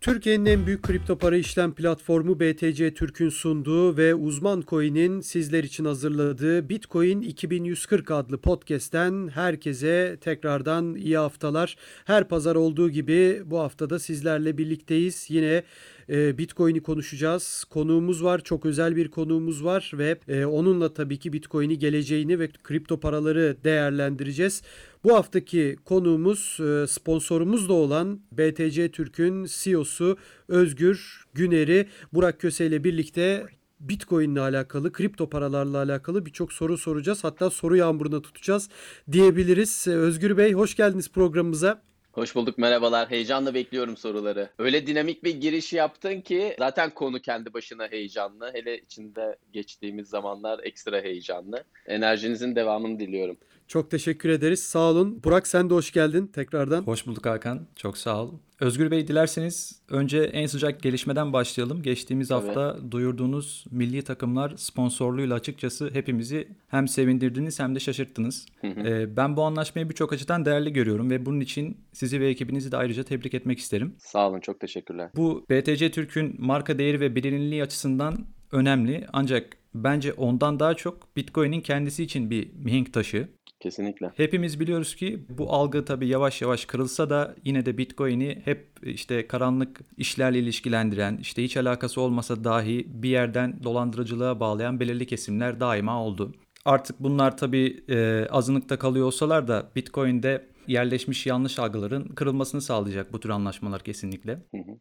Türkiye'nin en büyük kripto para işlem platformu BTC Türk'ün sunduğu ve Uzman Coin'in sizler için hazırladığı Bitcoin 2140 adlı podcast'ten herkese tekrardan iyi haftalar. Her pazar olduğu gibi bu haftada sizlerle birlikteyiz. Yine Bitcoin'i konuşacağız. Konuğumuz var, çok özel bir konuğumuz var ve onunla tabii ki Bitcoin'i, geleceğini ve kripto paraları değerlendireceğiz. Bu haftaki konuğumuz sponsorumuz da olan BTC Türk'ün CEO'su Özgür Güner'i. Burak Köse ile birlikte Bitcoin ile alakalı, kripto paralarla alakalı birçok soru soracağız. Hatta soru yağmuruna tutacağız diyebiliriz. Özgür Bey, hoş geldiniz programımıza. Hoş bulduk, merhabalar. Heyecanla bekliyorum soruları. Öyle dinamik bir giriş yaptın ki zaten konu kendi başına heyecanlı. Hele içinde geçtiğimiz zamanlar ekstra heyecanlı. Enerjinizin devamını diliyorum. Çok teşekkür ederiz. Sağ olun. Burak, sen de hoş geldin tekrardan. Hoş bulduk Hakan. Çok sağ ol. Özgür Bey, dilerseniz önce en sıcak gelişmeden başlayalım. Geçtiğimiz hafta duyurduğunuz milli takımlar sponsorluğuyla açıkçası hepimizi hem sevindirdiniz hem de şaşırttınız. Ben bu anlaşmayı birçok açıdan değerli görüyorum ve bunun için sizi ve ekibinizi de ayrıca tebrik etmek isterim. Sağ olun, çok teşekkürler. Bu BTC Türk'ün marka değeri ve bilinirliği açısından önemli, ancak bence ondan daha çok Bitcoin'in kendisi için bir mihenk taşı. Kesinlikle. Hepimiz biliyoruz ki bu algı tabii yavaş yavaş kırılsa da yine de Bitcoin'i hep işte karanlık işlerle ilişkilendiren, işte hiç alakası olmasa dahi bir yerden dolandırıcılığa bağlayan belirli kesimler daima oldu. Artık bunlar tabii azınlıkta kalıyor olsalar da Bitcoin'de yerleşmiş yanlış algıların kırılmasını sağlayacak bu tür anlaşmalar kesinlikle.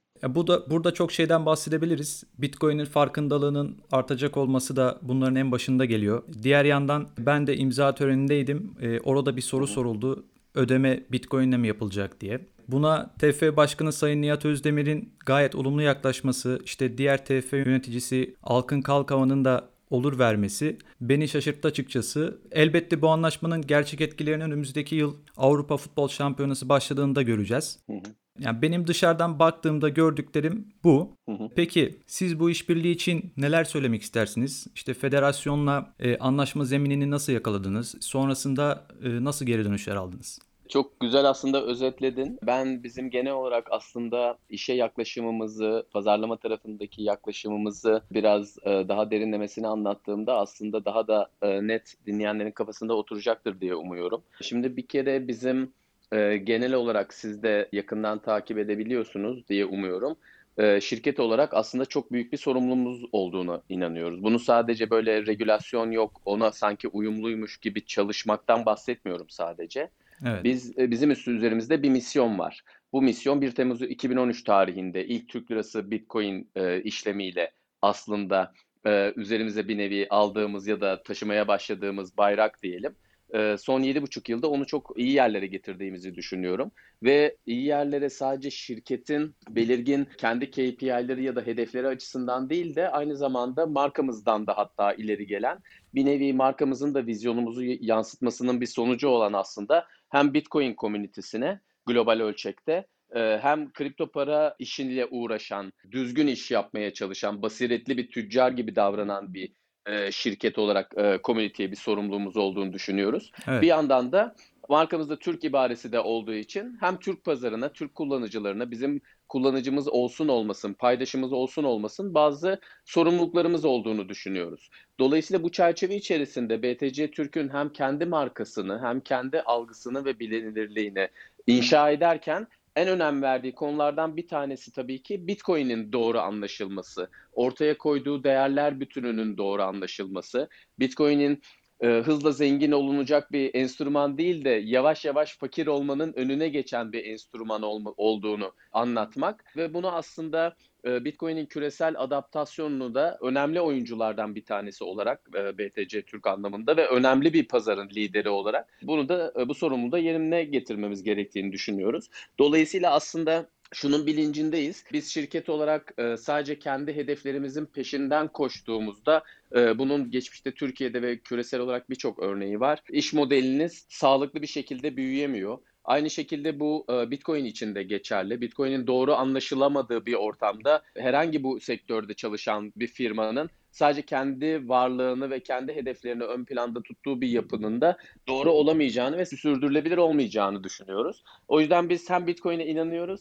Burada çok şeyden bahsedebiliriz. Bitcoin'in farkındalığının artacak olması da bunların en başında geliyor. Diğer yandan ben de imza törenindeydim. Orada bir soru soruldu. Ödeme Bitcoin'le mi yapılacak diye. Buna TFF Başkanı Sayın Nihat Özdemir'in gayet olumlu yaklaşması, işte diğer TFF yöneticisi Alkın Kalkavan'ın da olur vermesi beni şaşırttı açıkçası. Elbette bu anlaşmanın gerçek etkilerini önümüzdeki yıl Avrupa Futbol Şampiyonası başladığında göreceğiz. Yani benim dışarıdan baktığımda gördüklerim bu. Peki siz bu işbirliği için neler söylemek istersiniz? İşte federasyonla anlaşma zeminini nasıl yakaladınız? Sonrasında nasıl geri dönüşler aldınız? Çok güzel aslında özetledin. Ben bizim genel olarak aslında işe yaklaşımımızı, pazarlama tarafındaki yaklaşımımızı biraz daha derinlemesine anlattığımda aslında daha da net dinleyenlerin kafasında oturacaktır diye umuyorum. Şimdi bir kere bizim genel olarak siz de yakından takip edebiliyorsunuz diye umuyorum. Şirket olarak aslında çok büyük bir sorumluluğumuz olduğunu inanıyoruz. Bunu sadece böyle regülasyon yok, ona sanki uyumluymuş gibi çalışmaktan bahsetmiyorum sadece. Evet. Bizim üzerimizde bir misyon var. Bu misyon 1 Temmuz 2013 tarihinde ilk Türk lirası Bitcoin işlemiyle aslında üzerimize bir nevi aldığımız ya da taşımaya başladığımız bayrak diyelim. Son 7,5 yılda onu çok iyi yerlere getirdiğimizi düşünüyorum. Ve iyi yerlere sadece şirketin belirgin kendi KPI'leri ya da hedefleri açısından değil de aynı zamanda markamızdan da hatta ileri gelen bir nevi markamızın da vizyonumuzu yansıtmasının bir sonucu olan aslında hem Bitcoin komünitesine global ölçekte hem kripto para işiyle uğraşan, düzgün iş yapmaya çalışan, basiretli bir tüccar gibi davranan bir şirket olarak komüniteye bir sorumluluğumuz olduğunu düşünüyoruz. Evet. Bir yandan da markamızda Türk ibaresi de olduğu için hem Türk pazarına, Türk kullanıcılarına bizim kullanıcımız olsun olmasın, paydaşımız olsun olmasın bazı sorumluluklarımız olduğunu düşünüyoruz. Dolayısıyla bu çerçeve içerisinde BTC Türk'ün hem kendi markasını hem kendi algısını ve bilinirliğini inşa ederken en önem verdiği konulardan bir tanesi tabii ki Bitcoin'in doğru anlaşılması, ortaya koyduğu değerler bütününün doğru anlaşılması, Bitcoin'in hızla zengin olunacak bir enstrüman değil de yavaş yavaş fakir olmanın önüne geçen bir enstrüman olduğunu anlatmak ve bunu aslında Bitcoin'in küresel adaptasyonunu da önemli oyunculardan bir tanesi olarak BTC Türk anlamında ve önemli bir pazarın lideri olarak bunu da bu sorumluluğu da yerine getirmemiz gerektiğini düşünüyoruz. Dolayısıyla aslında şunun bilincindeyiz. Biz şirket olarak sadece kendi hedeflerimizin peşinden koştuğumuzda bunun geçmişte Türkiye'de ve küresel olarak birçok örneği var. İş modeliniz sağlıklı bir şekilde büyüyemiyor. Aynı şekilde bu Bitcoin için de geçerli. Bitcoin'in doğru anlaşılamadığı bir ortamda herhangi bu sektörde çalışan bir firmanın sadece kendi varlığını ve kendi hedeflerini ön planda tuttuğu bir yapının da doğru olamayacağını ve sürdürülebilir olmayacağını düşünüyoruz. O yüzden biz hem Bitcoin'e inanıyoruz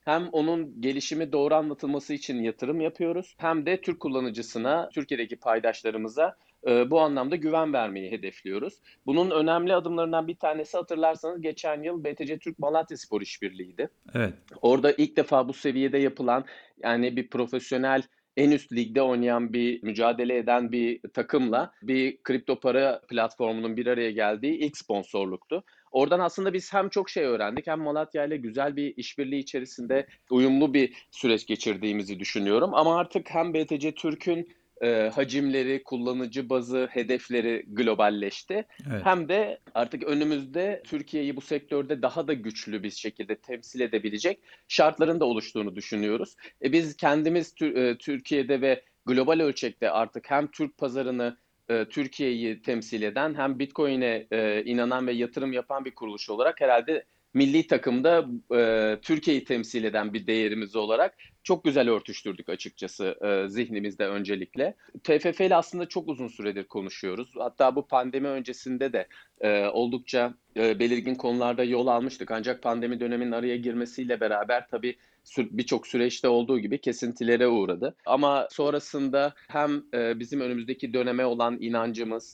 Hem onun gelişimi doğru anlatılması için yatırım yapıyoruz, hem de Türk kullanıcısına, Türkiye'deki paydaşlarımıza bu anlamda güven vermeyi hedefliyoruz. Bunun önemli adımlarından bir tanesi, hatırlarsanız, geçen yıl BTC Türk Malatyaspor işbirliğiydi. Evet, Orada ilk defa bu seviyede yapılan, yani bir profesyonel, en üst ligde oynayan, bir mücadele eden bir takımla bir kripto para platformunun bir araya geldiği ilk sponsorluktu. Oradan aslında biz hem çok şey öğrendik, hem Malatya ile güzel bir işbirliği içerisinde uyumlu bir süreç geçirdiğimizi düşünüyorum. Ama artık hem BTC Türk'ün hacimleri, kullanıcı bazı, hedefleri globalleşti. evet. Hem de artık önümüzde Türkiye'yi bu sektörde daha da güçlü bir şekilde temsil edebilecek şartların da oluştuğunu düşünüyoruz. Biz kendimiz Türkiye'de ve global ölçekte artık hem Türk pazarını, Türkiye'yi temsil eden, hem Bitcoin'e inanan ve yatırım yapan bir kuruluş olarak, herhalde milli takımda Türkiye'yi temsil eden bir değerimiz olarak çok güzel örtüştürdük açıkçası zihnimizde öncelikle. TFF ile aslında çok uzun süredir konuşuyoruz. Hatta bu pandemi öncesinde de oldukça belirgin konularda yol almıştık. Ancak pandemi döneminin araya girmesiyle beraber tabii birçok süreçte olduğu gibi kesintilere uğradı. Ama sonrasında hem bizim önümüzdeki döneme olan inancımız,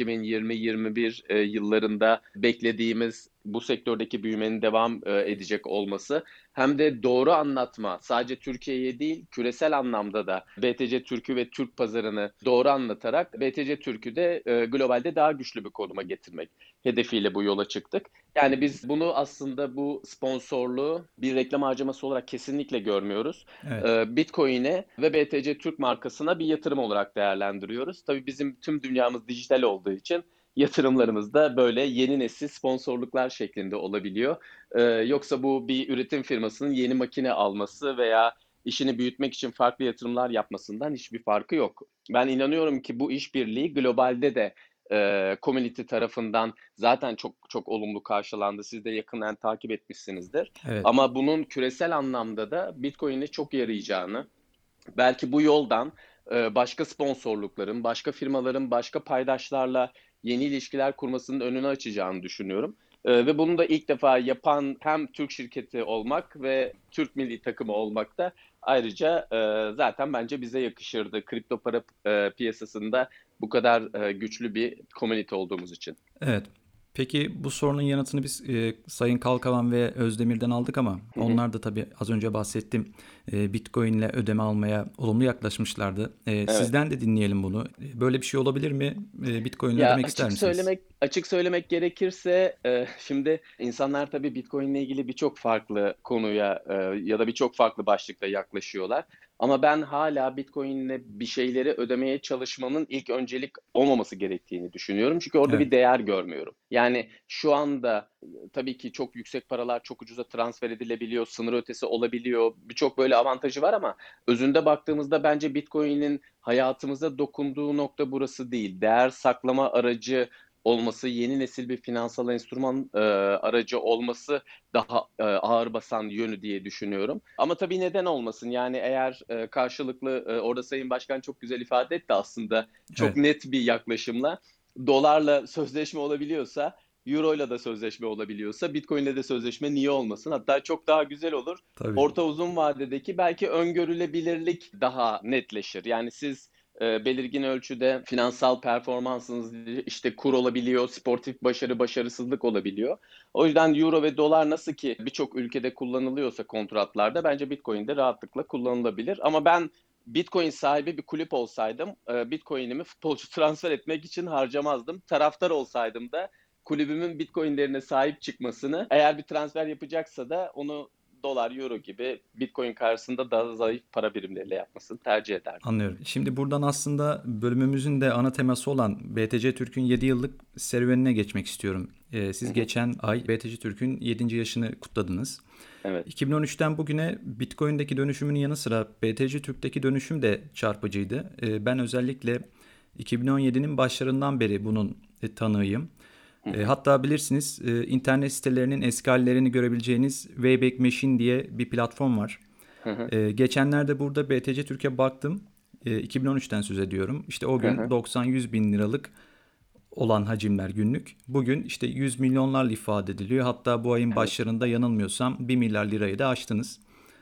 2020-21 yıllarında beklediğimiz bu sektördeki büyümenin devam edecek olması, hem de doğru anlatma, sadece Türkiye'ye değil, küresel anlamda da BTC Türk'ü ve Türk pazarını doğru anlatarak BTC Türk'ü de globalde daha güçlü bir konuma getirmek hedefiyle bu yola çıktık. Yani biz bunu aslında, bu sponsorluğu bir reklam harcaması olarak kesinlikle görmüyoruz. Evet. Bitcoin'e ve BTC Türk markasına bir yatırım olarak değerlendiriyoruz. Tabii bizim tüm dünyamız dijital olduğu için yatırımlarımız da böyle yeni nesil sponsorluklar şeklinde olabiliyor. Yoksa bu bir üretim firmasının yeni makine alması veya işini büyütmek için farklı yatırımlar yapmasından hiçbir farkı yok. Ben inanıyorum ki bu işbirliği globalde de community tarafından zaten çok çok olumlu karşılandı. Siz de yakından takip etmişsinizdir. Evet. Ama bunun küresel anlamda da Bitcoin'e çok yarayacağını, belki bu yoldan başka sponsorlukların, başka firmaların, başka paydaşlarla yeni ilişkiler kurmasının önünü açacağını düşünüyorum. Ve bunu da ilk defa yapan hem Türk şirketi olmak ve Türk milli takımı olmak da ayrıca zaten bence bize yakışırdı. Kripto para piyasasında bu kadar güçlü bir komünite olduğumuz için. Evet. Peki bu sorunun yanıtını biz Sayın Kalkavan ve Özdemir'den aldık ama Hı hı. onlar da tabii az önce bahsettim. Bitcoin'le ödeme almaya olumlu yaklaşmışlardı. Evet. Sizden de dinleyelim bunu. Böyle bir şey olabilir mi? Bitcoin'le Ya ödemek ister misiniz? açık söylemek gerekirse, şimdi insanlar tabii Bitcoin ile ilgili birçok farklı konuya ya da birçok farklı başlıkta yaklaşıyorlar. Ama ben hala Bitcoin ile bir şeyleri ödemeye çalışmanın ilk öncelik olmaması gerektiğini düşünüyorum. Çünkü orada Evet. bir değer görmüyorum. Yani şu anda tabii ki çok yüksek paralar çok ucuza transfer edilebiliyor, sınır ötesi olabiliyor. Birçok böyle avantajı var ama özünde baktığımızda bence Bitcoin'in hayatımıza dokunduğu nokta burası değil. Değer saklama aracı olması, yeni nesil bir finansal enstrüman aracı olması daha ağır basan yönü diye düşünüyorum. Ama tabii neden olmasın? Yani eğer karşılıklı, orada Sayın Başkan çok güzel ifade etti aslında, çok Evet. net bir yaklaşımla, dolarla sözleşme olabiliyorsa, euroyla da sözleşme olabiliyorsa, Bitcoin'le de sözleşme niye olmasın? Hatta çok daha güzel olur. Tabii. Orta uzun vadedeki belki öngörülebilirlik daha netleşir. Yani siz belirgin ölçüde finansal performansınız, işte kur olabiliyor, sportif başarı, başarısızlık olabiliyor. O yüzden euro ve dolar nasıl ki birçok ülkede kullanılıyorsa kontratlarda, bence Bitcoin de rahatlıkla kullanılabilir. Ama ben Bitcoin sahibi bir kulüp olsaydım, Bitcoin'imi futbolcu transfer etmek için harcamazdım. Taraftar olsaydım da kulübümün Bitcoin'lerine sahip çıkmasını, eğer bir transfer yapacaksa da onu dolar, euro gibi Bitcoin karşısında daha zayıf para birimleriyle yapmasını tercih ederdim. Anlıyorum. Şimdi buradan aslında bölümümüzün de ana teması olan BTC Türk'ün 7 yıllık serüvenine geçmek istiyorum. Hı Siz hı. geçen ay BTC Türk'ün 7. yaşını kutladınız. Evet. 2013'ten bugüne Bitcoin'deki dönüşümün yanı sıra BTC Türk'teki dönüşüm de çarpıcıydı. Ben özellikle 2017'nin başlarından beri bunun tanığıyım. Hı hı. Hatta bilirsiniz, internet sitelerinin eski hallerini görebileceğiniz Wayback Machine diye bir platform var. Hı hı. Geçenlerde burada BTC Türk'e baktım. 2013'ten söz ediyorum. İşte o Hı gün hı. 90-100 bin liralık olan hacimler günlük. Bugün işte 100 milyonlarla ifade ediliyor. Hatta bu ayın Evet. başlarında yanılmıyorsam 1 milyar lirayı da aştınız.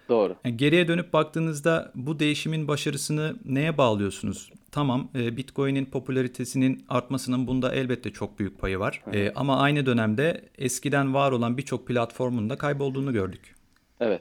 Doğru. Yani geriye dönüp baktığınızda bu değişimin başarısını neye bağlıyorsunuz? Tamam, Bitcoin'in popülaritesinin artmasının bunda elbette çok büyük payı var. Ama aynı dönemde eskiden var olan birçok platformun da kaybolduğunu gördük. Evet.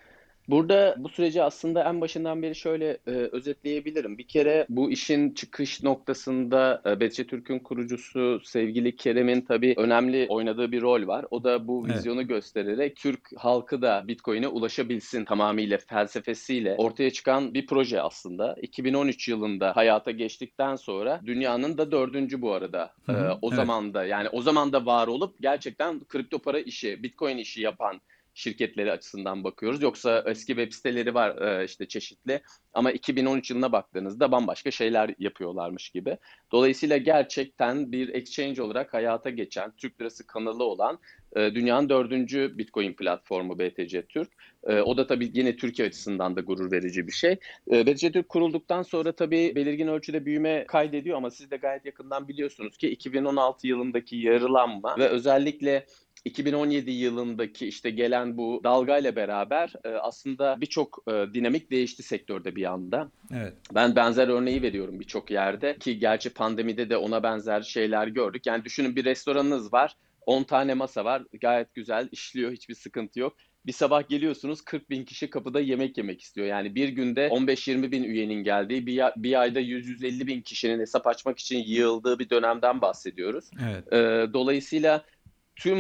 Burada bu süreci aslında en başından beri şöyle özetleyebilirim. Bir kere bu işin çıkış noktasında BTC Türk'ün kurucusu sevgili Kerem'in tabii önemli oynadığı bir rol var. O da bu Evet. vizyonu göstererek Türk halkı da Bitcoin'e ulaşabilsin tamamıyla felsefesiyle ortaya çıkan bir proje aslında. 2013 yılında hayata geçtikten sonra dünyanın da dördüncü bu arada Hı hı, o evet. zaman da yani o zaman da var olup gerçekten kripto para işi, Bitcoin işi yapan şirketleri açısından bakıyoruz. Yoksa eski web siteleri var işte çeşitli ama 2013 yılına baktığınızda bambaşka şeyler yapıyorlarmış gibi. Dolayısıyla gerçekten bir exchange olarak hayata geçen, Türk Lirası kanalı olan dünyanın dördüncü Bitcoin platformu BTC Türk. O da tabii yine Türkiye açısından da gurur verici bir şey. BTC Türk kurulduktan sonra tabii belirgin ölçüde büyüme kaydediyor ama siz de gayet yakından biliyorsunuz ki 2016 yılındaki yarılanma ve özellikle 2017 yılındaki işte gelen bu dalgayla beraber aslında birçok dinamik değişti sektörde bir anda. Evet. Ben benzer örneği veriyorum birçok yerde ki gerçi pandemide de ona benzer şeyler gördük. Yani düşünün bir restoranınız var, 10 tane masa var, gayet güzel işliyor, hiçbir sıkıntı yok. Bir sabah geliyorsunuz 40 bin kişi kapıda yemek yemek istiyor. Yani bir günde 15-20 bin üyenin geldiği, bir ayda 100-150 bin kişinin hesap açmak için yığıldığı bir dönemden bahsediyoruz. Evet. Dolayısıyla tüm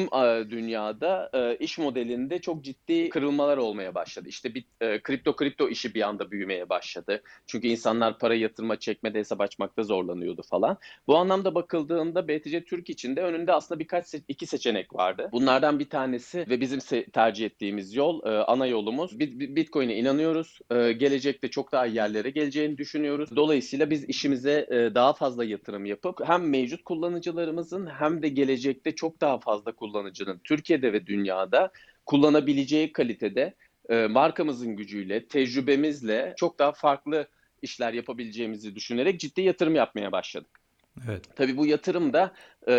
dünyada iş modelinde çok ciddi kırılmalar olmaya başladı. İşte bir kripto işi bir anda büyümeye başladı. Çünkü insanlar para yatırma, çekmede, hesap açmakta zorlanıyordu falan. Bu anlamda bakıldığında BTC Türk için de önünde aslında iki seçenek vardı. Bunlardan bir tanesi ve bizim tercih ettiğimiz yol, ana yolumuz. Bitcoin'e inanıyoruz. Gelecekte çok daha iyi yerlere geleceğini düşünüyoruz. Dolayısıyla biz işimize daha fazla yatırım yapıp hem mevcut kullanıcılarımızın hem de gelecekte çok daha fazla kullanıcının Türkiye'de ve dünyada kullanabileceği kalitede markamızın gücüyle, tecrübemizle çok daha farklı işler yapabileceğimizi düşünerek ciddi yatırım yapmaya başladık. Evet. Tabii bu yatırım da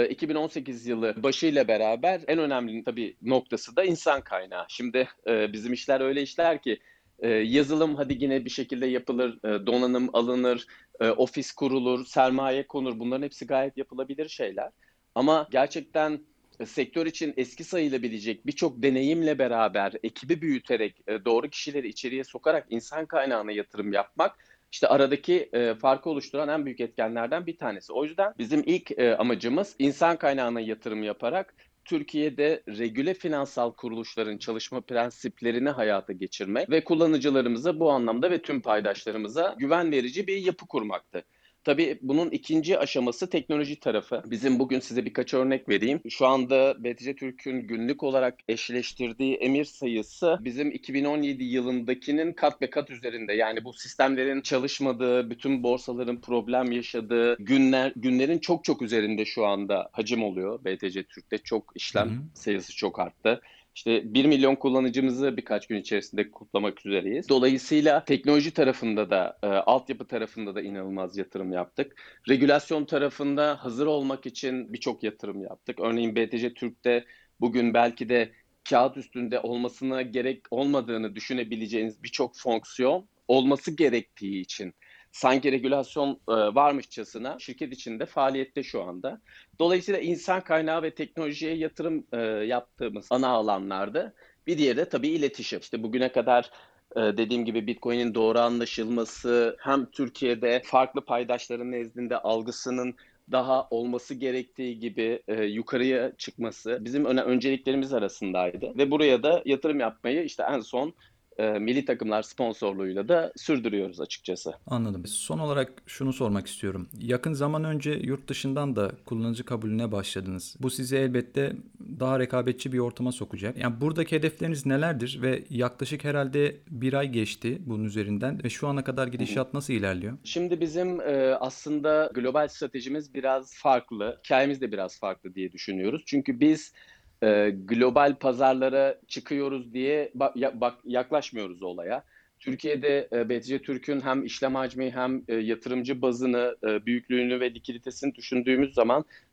2018 yılı başıyla beraber en önemli tabii noktası da insan kaynağı. Şimdi bizim işler öyle işler ki yazılım hadi yine bir şekilde yapılır, donanım alınır, ofis kurulur, sermaye konur. Bunların hepsi gayet yapılabilir şeyler. Ama gerçekten sektör için eski sayılabilecek birçok deneyimle beraber ekibi büyüterek doğru kişileri içeriye sokarak insan kaynağına yatırım yapmak işte aradaki farkı oluşturan en büyük etkenlerden bir tanesi. O yüzden bizim ilk amacımız insan kaynağına yatırım yaparak Türkiye'de regüle finansal kuruluşların çalışma prensiplerini hayata geçirmek ve kullanıcılarımıza bu anlamda ve tüm paydaşlarımıza güven verici bir yapı kurmaktı. Tabii bunun ikinci aşaması teknoloji tarafı. Bizim bugün size birkaç örnek vereyim. Şu anda BTC Türk'ün günlük olarak eşleştirdiği emir sayısı bizim 2017 yılındakinin kat ve kat üzerinde. Yani bu sistemlerin çalışmadığı, bütün borsaların problem yaşadığı günlerin çok çok üzerinde şu anda hacim oluyor BTC Türk'te. Çok Hı işlem hı. sayısı çok arttı. İşte 1 milyon kullanıcımızı birkaç gün içerisinde kutlamak üzereyiz. Dolayısıyla teknoloji tarafında da, altyapı tarafında da inanılmaz yatırım yaptık. Regülasyon tarafında hazır olmak için birçok yatırım yaptık. Örneğin BTC Türk'te bugün belki de kağıt üstünde olmasına gerek olmadığını düşünebileceğiniz birçok fonksiyon olması gerektiği için sanki regülasyon varmışçasına şirket içinde faaliyette şu anda. Dolayısıyla insan kaynağı ve teknolojiye yatırım yaptığımız ana alanlarda bir diğeri de tabii iletişim. İşte bugüne kadar dediğim gibi Bitcoin'in doğru anlaşılması hem Türkiye'de farklı paydaşların nezdinde algısının daha olması gerektiği gibi yukarıya çıkması bizim önceliklerimiz arasındaydı. Ve buraya da yatırım yapmayı işte en son milli takımlar sponsorluğuyla da sürdürüyoruz açıkçası. Anladım. Son olarak şunu sormak istiyorum. Yakın zaman önce yurt dışından da kullanıcı kabulüne başladınız. Bu sizi elbette daha rekabetçi bir ortama sokacak. Yani buradaki hedefleriniz nelerdir ve yaklaşık herhalde bir ay geçti bunun üzerinden ve şu ana kadar gidişat nasıl ilerliyor? Şimdi bizim aslında global stratejimiz biraz farklı, hikayemiz de biraz farklı diye düşünüyoruz. Çünkü biz global pazarlara çıkıyoruz diye yaklaşmıyoruz olaya. Türkiye'de BTC Türk'ün hem işlem hacmi hem yatırımcı bazını, büyüklüğünü ve likiditesini düşündüğümüz zaman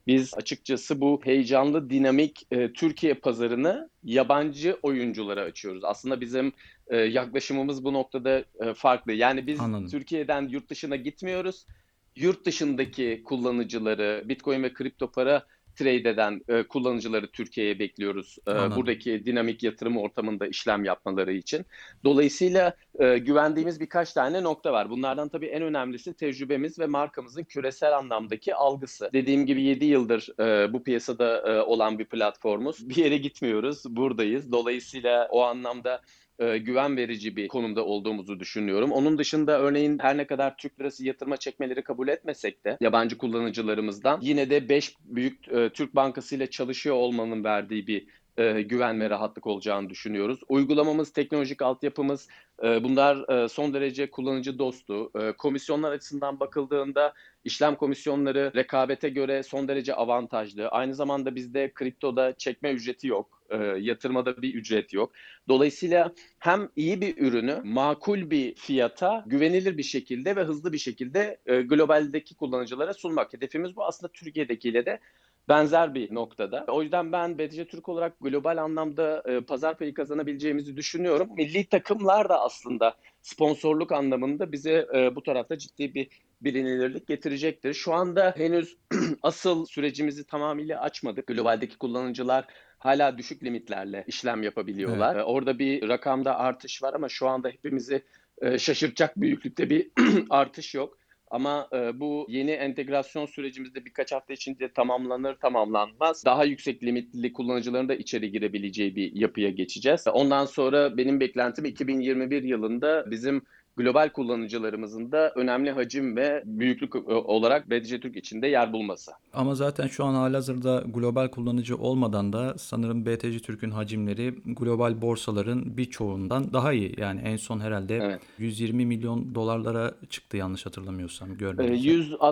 Biz açıkçası bu heyecanlı, dinamik Türkiye pazarını yabancı oyunculara açıyoruz. Aslında bizim yaklaşımımız bu noktada farklı. Yani biz Anladım. Türkiye'den yurt dışına gitmiyoruz. Yurt dışındaki kullanıcıları, Bitcoin ve kripto para trade eden kullanıcıları Türkiye'ye bekliyoruz. Anladım. Buradaki dinamik yatırım ortamında işlem yapmaları için. Dolayısıyla güvendiğimiz birkaç tane nokta var. Bunlardan tabii en önemlisi tecrübemiz ve markamızın küresel anlamdaki algısı. Dediğim gibi 7 yıldır bu piyasada olan bir platformuz. Bir yere gitmiyoruz, buradayız. Dolayısıyla o anlamda güven verici bir konumda olduğumuzu düşünüyorum. Onun dışında örneğin her ne kadar Türk lirası yatırıma çekmeleri kabul etmesek de yabancı kullanıcılarımızdan yine de 5 büyük Türk bankası ile çalışıyor olmanın verdiği bir güven ve rahatlık olacağını düşünüyoruz. Uygulamamız, teknolojik altyapımız bunlar son derece kullanıcı dostu. Komisyonlar açısından bakıldığında işlem komisyonları rekabete göre son derece avantajlı. Aynı zamanda bizde kriptoda çekme ücreti yok. Yatırmada bir ücret yok. Dolayısıyla hem iyi bir ürünü makul bir fiyata güvenilir bir şekilde ve hızlı bir şekilde globaldeki kullanıcılara sunmak. Hedefimiz bu. Aslında Türkiye'dekiyle de benzer bir noktada. O yüzden ben BTC Türk olarak global anlamda pazar payı kazanabileceğimizi düşünüyorum. Milli takımlar da aslında sponsorluk anlamında bize bu tarafta ciddi bir bilinirlik getirecektir. Şu anda henüz asıl sürecimizi tamamıyla açmadık. Globaldeki kullanıcılar hala düşük limitlerle işlem Evet. yapabiliyorlar. Orada bir rakamda artış var ama şu anda hepimizi şaşırtacak büyüklükte bir artış yok. Ama bu yeni entegrasyon sürecimizde birkaç hafta içinde tamamlanır tamamlanmaz daha yüksek limitli kullanıcıların da içeri girebileceği bir yapıya geçeceğiz. Ondan sonra benim beklentim 2021 yılında bizim global kullanıcılarımızın da önemli hacim ve büyüklük olarak BTC Türk içinde yer bulması. Ama zaten şu an halihazırda global kullanıcı olmadan da sanırım BTC Türk'ün hacimleri global borsaların birçoğundan daha iyi. Yani en son herhalde Evet. 120 milyon dolarlara çıktı yanlış hatırlamıyorsam görmediyse.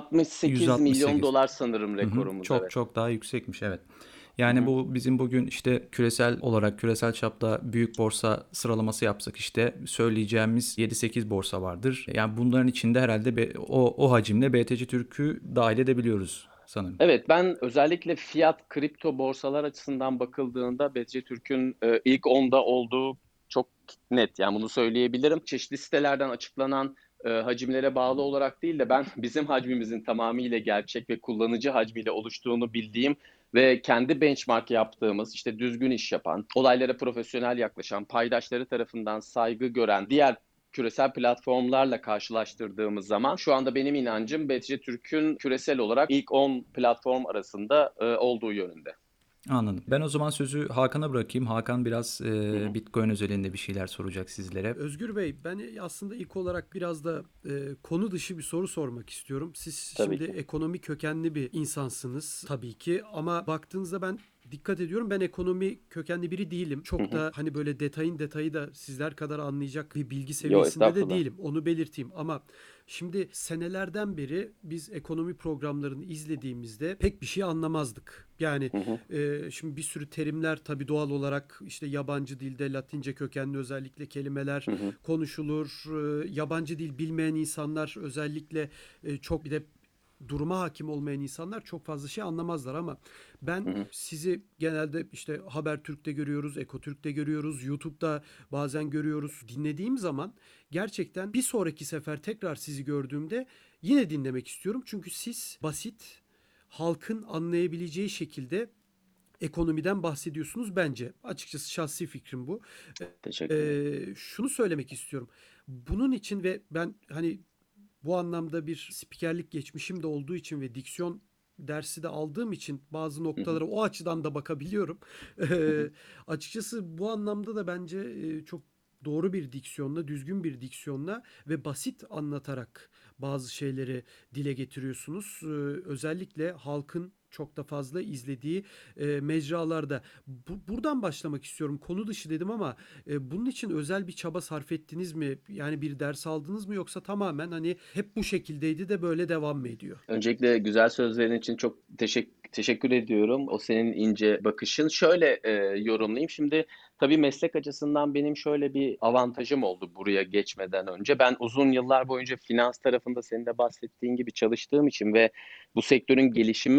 168 milyon 168. dolar sanırım Hı hı. rekorumuz, Çok evet. çok daha yüksekmiş, evet. Hı Yani hı. bu bizim bugün işte küresel olarak küresel çapta büyük borsa sıralaması yapsak işte söyleyeceğimiz 7-8 borsa vardır. Yani bunların içinde herhalde o hacimle BTC Türk'ü dahil edebiliyoruz sanırım. Evet, ben özellikle fiyat kripto borsalar açısından bakıldığında BTC Türk'ün ilk 10'da olduğu çok net. Yani bunu söyleyebilirim. Çeşitli sitelerden açıklanan hacimlere bağlı olarak değil de ben bizim hacmimizin tamamıyla gerçek ve kullanıcı hacmiyle oluştuğunu bildiğim ve kendi benchmark yaptığımız, işte düzgün iş yapan, olaylara profesyonel yaklaşan, paydaşları tarafından saygı gören diğer küresel platformlarla karşılaştırdığımız zaman şu anda benim inancım BTC Türk'ün küresel olarak ilk 10 platform arasında olduğu yönünde. Anladım. Ben o zaman sözü Hakan'a bırakayım. Hakan biraz Hı hı. Bitcoin özelinde bir şeyler soracak sizlere. Özgür Bey, ben aslında ilk olarak biraz da konu dışı bir soru sormak istiyorum. Siz Tabii şimdi ki. ekonomi kökenli bir insansınız tabii ki ama baktığınızda ben dikkat ediyorum, ben ekonomi kökenli biri değilim. Hı Çok hı. da hani böyle detayı da sizler kadar anlayacak bir bilgi Yo, seviyesinde de estağfurullah. değilim. Onu belirteyim ama şimdi senelerden beri biz ekonomi programlarını izlediğimizde pek bir şey anlamazdık. Yani Hı hı. şimdi bir sürü terimler tabii doğal olarak işte yabancı dilde Latince kökenli özellikle kelimeler Hı hı. konuşulur. Yabancı dil bilmeyen insanlar özellikle çok bir de duruma hakim olmayan insanlar çok fazla şey anlamazlar ama ben Hı hı. sizi genelde işte Habertürk'te görüyoruz, Ekotürk'te görüyoruz, YouTube'da bazen görüyoruz. Dinlediğim zaman gerçekten bir sonraki sefer tekrar sizi gördüğümde yine dinlemek istiyorum. Çünkü siz basit, halkın anlayabileceği şekilde ekonomiden bahsediyorsunuz bence. Açıkçası şahsi fikrim bu. Teşekkür ederim. Şunu söylemek istiyorum. Bunun için ve ben hani bu anlamda bir spikerlik geçmişim de olduğu için ve diksiyon dersi de aldığım için bazı Hı hı. noktalara o açıdan da bakabiliyorum. Hı hı. Açıkçası bu anlamda da bence çok doğru bir diksiyonla, düzgün bir diksiyonla ve basit anlatarak bazı şeyleri dile getiriyorsunuz. Özellikle halkın çok da fazla izlediği mecralarda. Buradan başlamak istiyorum. Konu dışı dedim ama bunun için özel bir çaba sarf ettiniz mi? Yani bir ders aldınız mı yoksa tamamen hani hep bu şekildeydi de böyle devam mı ediyor? Öncelikle güzel sözlerin için çok teşekkür ediyorum. O senin ince bakışın. Şöyle yorumlayayım. Şimdi tabii meslek açısından benim şöyle bir avantajım oldu buraya geçmeden önce. Ben uzun yıllar boyunca finans tarafında senin de bahsettiğin gibi çalıştığım için ve bu sektörün gelişimi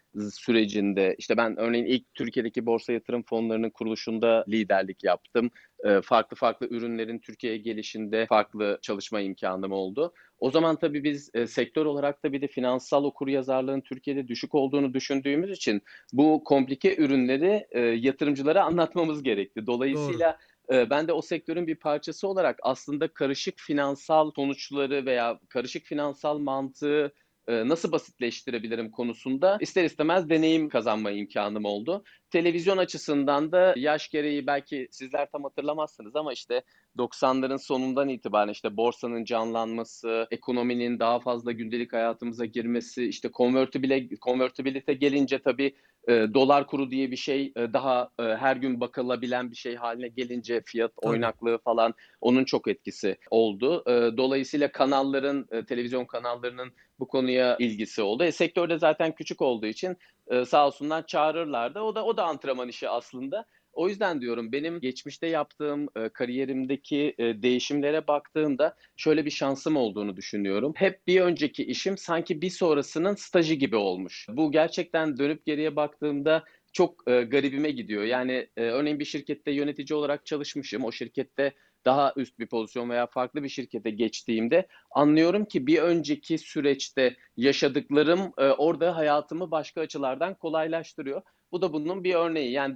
sürecinde, işte ben örneğin ilk Türkiye'deki borsa yatırım fonlarının kuruluşunda liderlik yaptım. Farklı farklı ürünlerin Türkiye'ye gelişinde farklı çalışma imkanım oldu. O zaman tabii biz sektör olarak da bir de finansal okuryazarlığın Türkiye'de düşük olduğunu düşündüğümüz için bu komplike ürünleri yatırımcılara anlatmamız gerekti. Doğru. Dolayısıyla ben de o sektörün bir parçası olarak aslında karışık finansal sonuçları veya karışık finansal mantığı nasıl basitleştirebilirim konusunda ister istemez deneyim kazanma imkanım oldu. Televizyon açısından da yaş gereği belki sizler tam hatırlamazsınız ama işte 90'ların sonundan itibaren işte borsanın canlanması, ekonominin daha fazla gündelik hayatımıza girmesi, işte konvertibilite gelince tabii dolar kuru diye bir şey daha her gün bakılabilen bir şey haline gelince fiyat Tabii. oynaklığı falan onun çok etkisi oldu. Dolayısıyla televizyon kanallarının bu konuya ilgisi oldu. Sektörde zaten küçük olduğu için sağ olsunlar çağırırlardı. O da antrenman işi aslında. O yüzden diyorum benim geçmişte yaptığım kariyerimdeki değişimlere baktığımda şöyle bir şansım olduğunu düşünüyorum. Hep bir önceki işim sanki bir sonrasının stajı gibi olmuş. Bu gerçekten dönüp geriye baktığımda çok garibime gidiyor. Yani örneğin bir şirkette yönetici olarak çalışmışım. O şirkette daha üst bir pozisyon veya farklı bir şirkete geçtiğimde anlıyorum ki bir önceki süreçte yaşadıklarım orada hayatımı başka açılardan kolaylaştırıyor. Bu da bunun bir örneği. Yani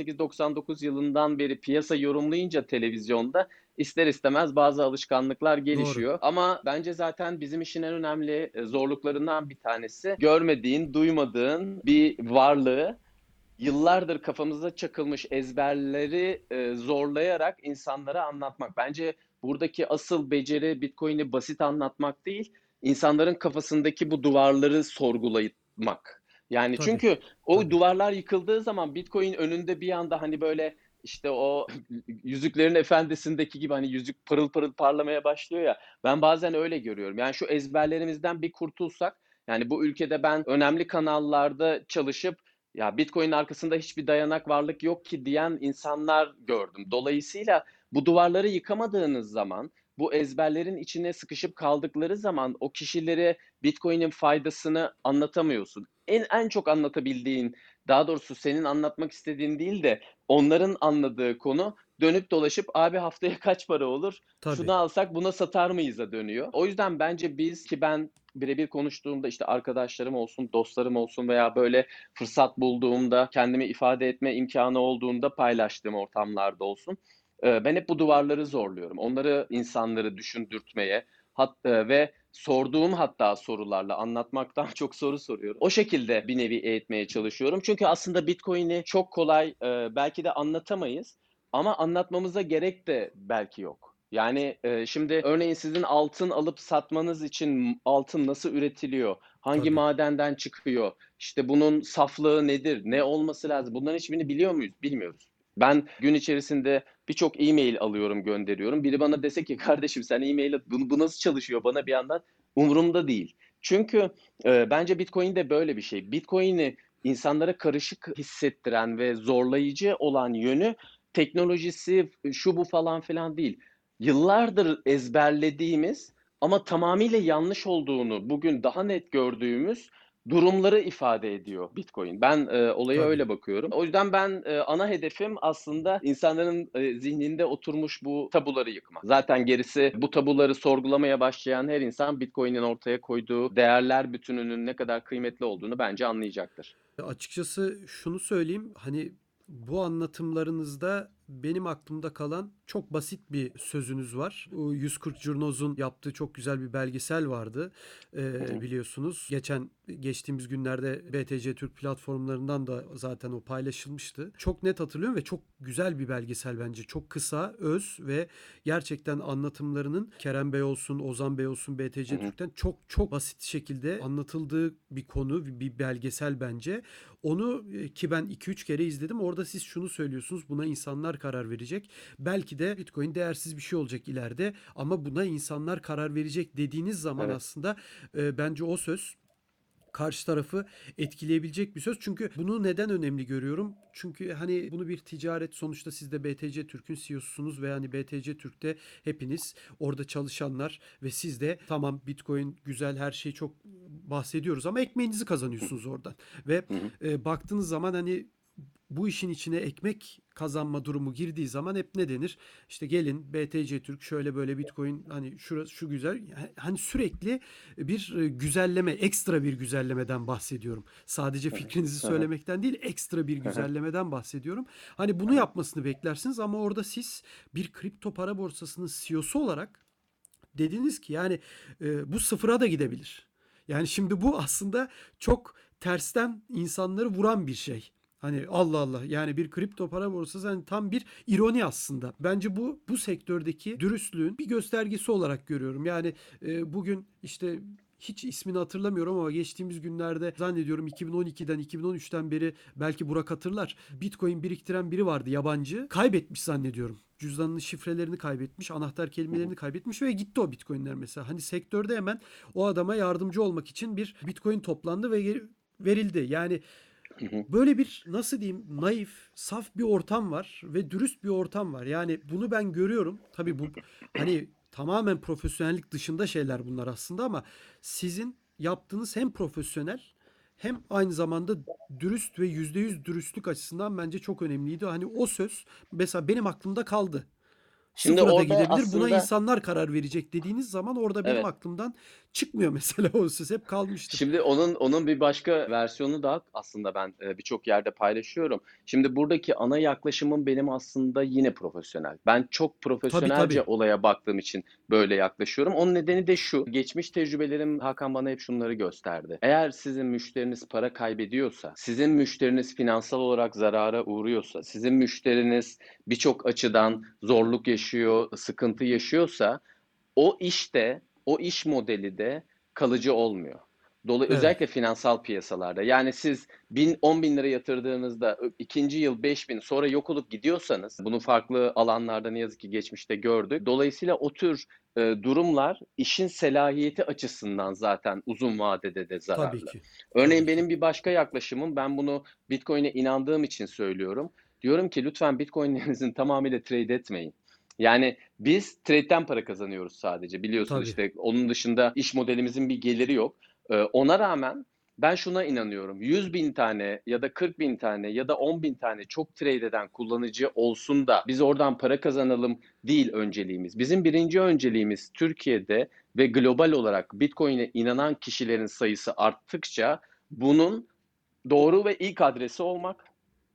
98-99 yılından beri piyasa yorumlayınca televizyonda ister istemez bazı alışkanlıklar Doğru. gelişiyor. Ama bence zaten bizim işin en önemli zorluklarından bir tanesi görmediğin, duymadığın bir varlığı yıllardır kafamıza çakılmış ezberleri zorlayarak insanlara anlatmak. Bence buradaki asıl beceri Bitcoin'i basit anlatmak değil, insanların kafasındaki bu duvarları sorgulatmak. Yani Tabii. çünkü o Tabii. duvarlar yıkıldığı zaman Bitcoin önünde bir anda hani böyle işte o Yüzüklerin Efendisi'ndeki gibi hani yüzük pırıl pırıl parlamaya başlıyor ya. Ben bazen öyle görüyorum. Yani şu ezberlerimizden bir kurtulsak, yani bu ülkede ben önemli kanallarda çalışıp ya Bitcoin'in arkasında hiçbir dayanak varlık yok ki diyen insanlar gördüm. Dolayısıyla bu duvarları yıkamadığınız zaman, bu ezberlerin içine sıkışıp kaldıkları zaman o kişilere Bitcoin'in faydasını anlatamıyorsun. En çok anlatabildiğin, daha doğrusu senin anlatmak istediğin değil de onların anladığı konu dönüp dolaşıp abi haftaya kaç para olur? Tabii. Şunu alsak buna satar mıyız'a dönüyor. O yüzden bence ben birebir konuştuğumda işte arkadaşlarım olsun, dostlarım olsun veya böyle fırsat bulduğumda, kendimi ifade etme imkanı olduğunda paylaştığım ortamlarda olsun. Ben hep bu duvarları zorluyorum. İnsanları düşündürtmeye ve sorduğum hatta sorularla anlatmaktan çok soru soruyorum. O şekilde bir nevi eğitmeye çalışıyorum. Çünkü aslında Bitcoin'i çok kolay belki de anlatamayız ama anlatmamıza gerek de belki yok. Yani şimdi örneğin sizin altın alıp satmanız için altın nasıl üretiliyor? Hangi Tabii. madenden çıkıyor? İşte bunun saflığı nedir? Ne olması lazım? Bunların hiçbirini biliyor muyuz? Bilmiyoruz. Ben gün içerisinde birçok e-mail alıyorum, gönderiyorum. Biri bana dese ki kardeşim sen e-mail bu nasıl çalışıyor bana bir yandan umurumda değil. Çünkü bence Bitcoin de böyle bir şey. Bitcoin'i insanlara karışık hissettiren ve zorlayıcı olan yönü teknolojisi şu bu falan filan değil. Yıllardır ezberlediğimiz ama tamamıyla yanlış olduğunu bugün daha net gördüğümüz durumları ifade ediyor Bitcoin. Ben olaya Tabii. öyle bakıyorum. O yüzden ben ana hedefim aslında insanların zihninde oturmuş bu tabuları yıkmak. Zaten gerisi bu tabuları sorgulamaya başlayan her insan Bitcoin'in ortaya koyduğu değerler bütününün ne kadar kıymetli olduğunu bence anlayacaktır. Açıkçası şunu söyleyeyim, hani bu anlatımlarınızda benim aklımda kalan çok basit bir sözünüz var. O 140 Jurnoz'un yaptığı çok güzel bir belgesel vardı. Hı hı. Biliyorsunuz. Geçtiğimiz günlerde BTC Türk platformlarından da zaten o paylaşılmıştı. Çok net hatırlıyorum ve çok güzel bir belgesel bence. Çok kısa, öz ve gerçekten anlatımlarının Kerem Bey olsun, Ozan Bey olsun Hı BTC hı. Türk'ten çok çok basit şekilde anlatıldığı bir konu, bir belgesel bence. Onu ki ben 2-3 kere izledim. Orada siz şunu söylüyorsunuz. Buna insanlar karar verecek. Belki de Bitcoin değersiz bir şey olacak ileride ama buna insanlar karar verecek dediğiniz zaman Evet. aslında bence o söz karşı tarafı etkileyebilecek bir söz. Çünkü bunu neden önemli görüyorum? Çünkü hani bunu bir ticaret, sonuçta siz de BTC Türk'ün CEO'susunuz ve hani BTC Türk'te hepiniz orada çalışanlar ve siz de tamam Bitcoin güzel, her şeyi çok bahsediyoruz ama ekmeğinizi kazanıyorsunuz oradan. Ve Hı hı. baktığınız zaman hani bu işin içine ekmek kazanma durumu girdiği zaman hep ne denir? İşte gelin BTC Türk şöyle böyle Bitcoin, hani şurası şu güzel. Hani sürekli bir güzelleme, ekstra bir güzellemeden bahsediyorum. Sadece Hı hı. fikrinizi Hı hı. söylemekten değil, ekstra bir Hı hı. güzellemeden bahsediyorum. Hani bunu yapmasını beklersiniz ama orada siz bir kripto para borsasının CEO'su olarak dediniz ki yani bu sıfıra da gidebilir. Yani şimdi bu aslında çok tersten insanları vuran bir şey. Hani Allah Allah, yani bir kripto para borsası, hani tam bir ironi aslında. Bence bu sektördeki dürüstlüğün bir göstergesi olarak görüyorum. Yani bugün işte hiç ismini hatırlamıyorum ama geçtiğimiz günlerde zannediyorum 2012'den 2013'ten beri, belki Burak hatırlar, Bitcoin biriktiren biri vardı, yabancı. Kaybetmiş zannediyorum. Cüzdanının şifrelerini kaybetmiş, anahtar Hı hı. kelimelerini kaybetmiş ve gitti o Bitcoin'ler mesela. Hani sektörde hemen o adama yardımcı olmak için bir Bitcoin toplandı ve verildi. Yani Hı hı. böyle bir, nasıl diyeyim, naif, saf bir ortam var ve dürüst bir ortam var. Yani bunu ben görüyorum. Tabii bu hani tamamen profesyonellik dışında şeyler bunlar aslında ama sizin yaptığınız hem profesyonel hem aynı zamanda dürüst ve %100 dürüstlük açısından bence çok önemliydi. Hani o söz mesela benim aklımda kaldı. Şimdi Sıfıra da orada gidebilir. Buna aslında insanlar karar verecek dediğiniz zaman orada benim evet. aklımdan çıkmıyor mesela o söz. Hep kalmıştır. Şimdi onun bir başka versiyonu daha aslında ben birçok yerde paylaşıyorum. Şimdi buradaki ana yaklaşımım benim aslında yine profesyonel. Ben çok Tabii profesyonelce tabii. olaya baktığım için böyle yaklaşıyorum. Onun nedeni de şu. Geçmiş tecrübelerim Hakan bana hep şunları gösterdi. Eğer sizin müşteriniz para kaybediyorsa, sizin müşteriniz finansal olarak zarara uğruyorsa, sizin müşteriniz birçok açıdan zorluk yaşıyor, sıkıntı yaşıyorsa o işte, o iş modeli de kalıcı olmuyor. Evet. Özellikle finansal piyasalarda. Yani siz 10 bin lira yatırdığınızda ikinci yıl 5 bin sonra yok olup gidiyorsanız, bunu farklı alanlarda ne yazık ki geçmişte gördük. Dolayısıyla o tür durumlar işin selahiyeti açısından zaten uzun vadede de Tabii zararlı. ki. Tabii Örneğin ki. benim bir başka yaklaşımım, ben bunu Bitcoin'e inandığım için söylüyorum. Diyorum ki lütfen Bitcoin'lerinizin tamamıyla trade etmeyin. Yani biz trade'den para kazanıyoruz sadece, biliyorsun Tabii. işte onun dışında iş modelimizin bir geliri yok. Ona rağmen ben şuna inanıyorum. 100 bin tane ya da 40 bin tane ya da 10 bin tane çok trade eden kullanıcı olsun da biz oradan para kazanalım değil önceliğimiz. Bizim birinci önceliğimiz Türkiye'de ve global olarak Bitcoin'e inanan kişilerin sayısı arttıkça bunun doğru ve ilk adresi olmak,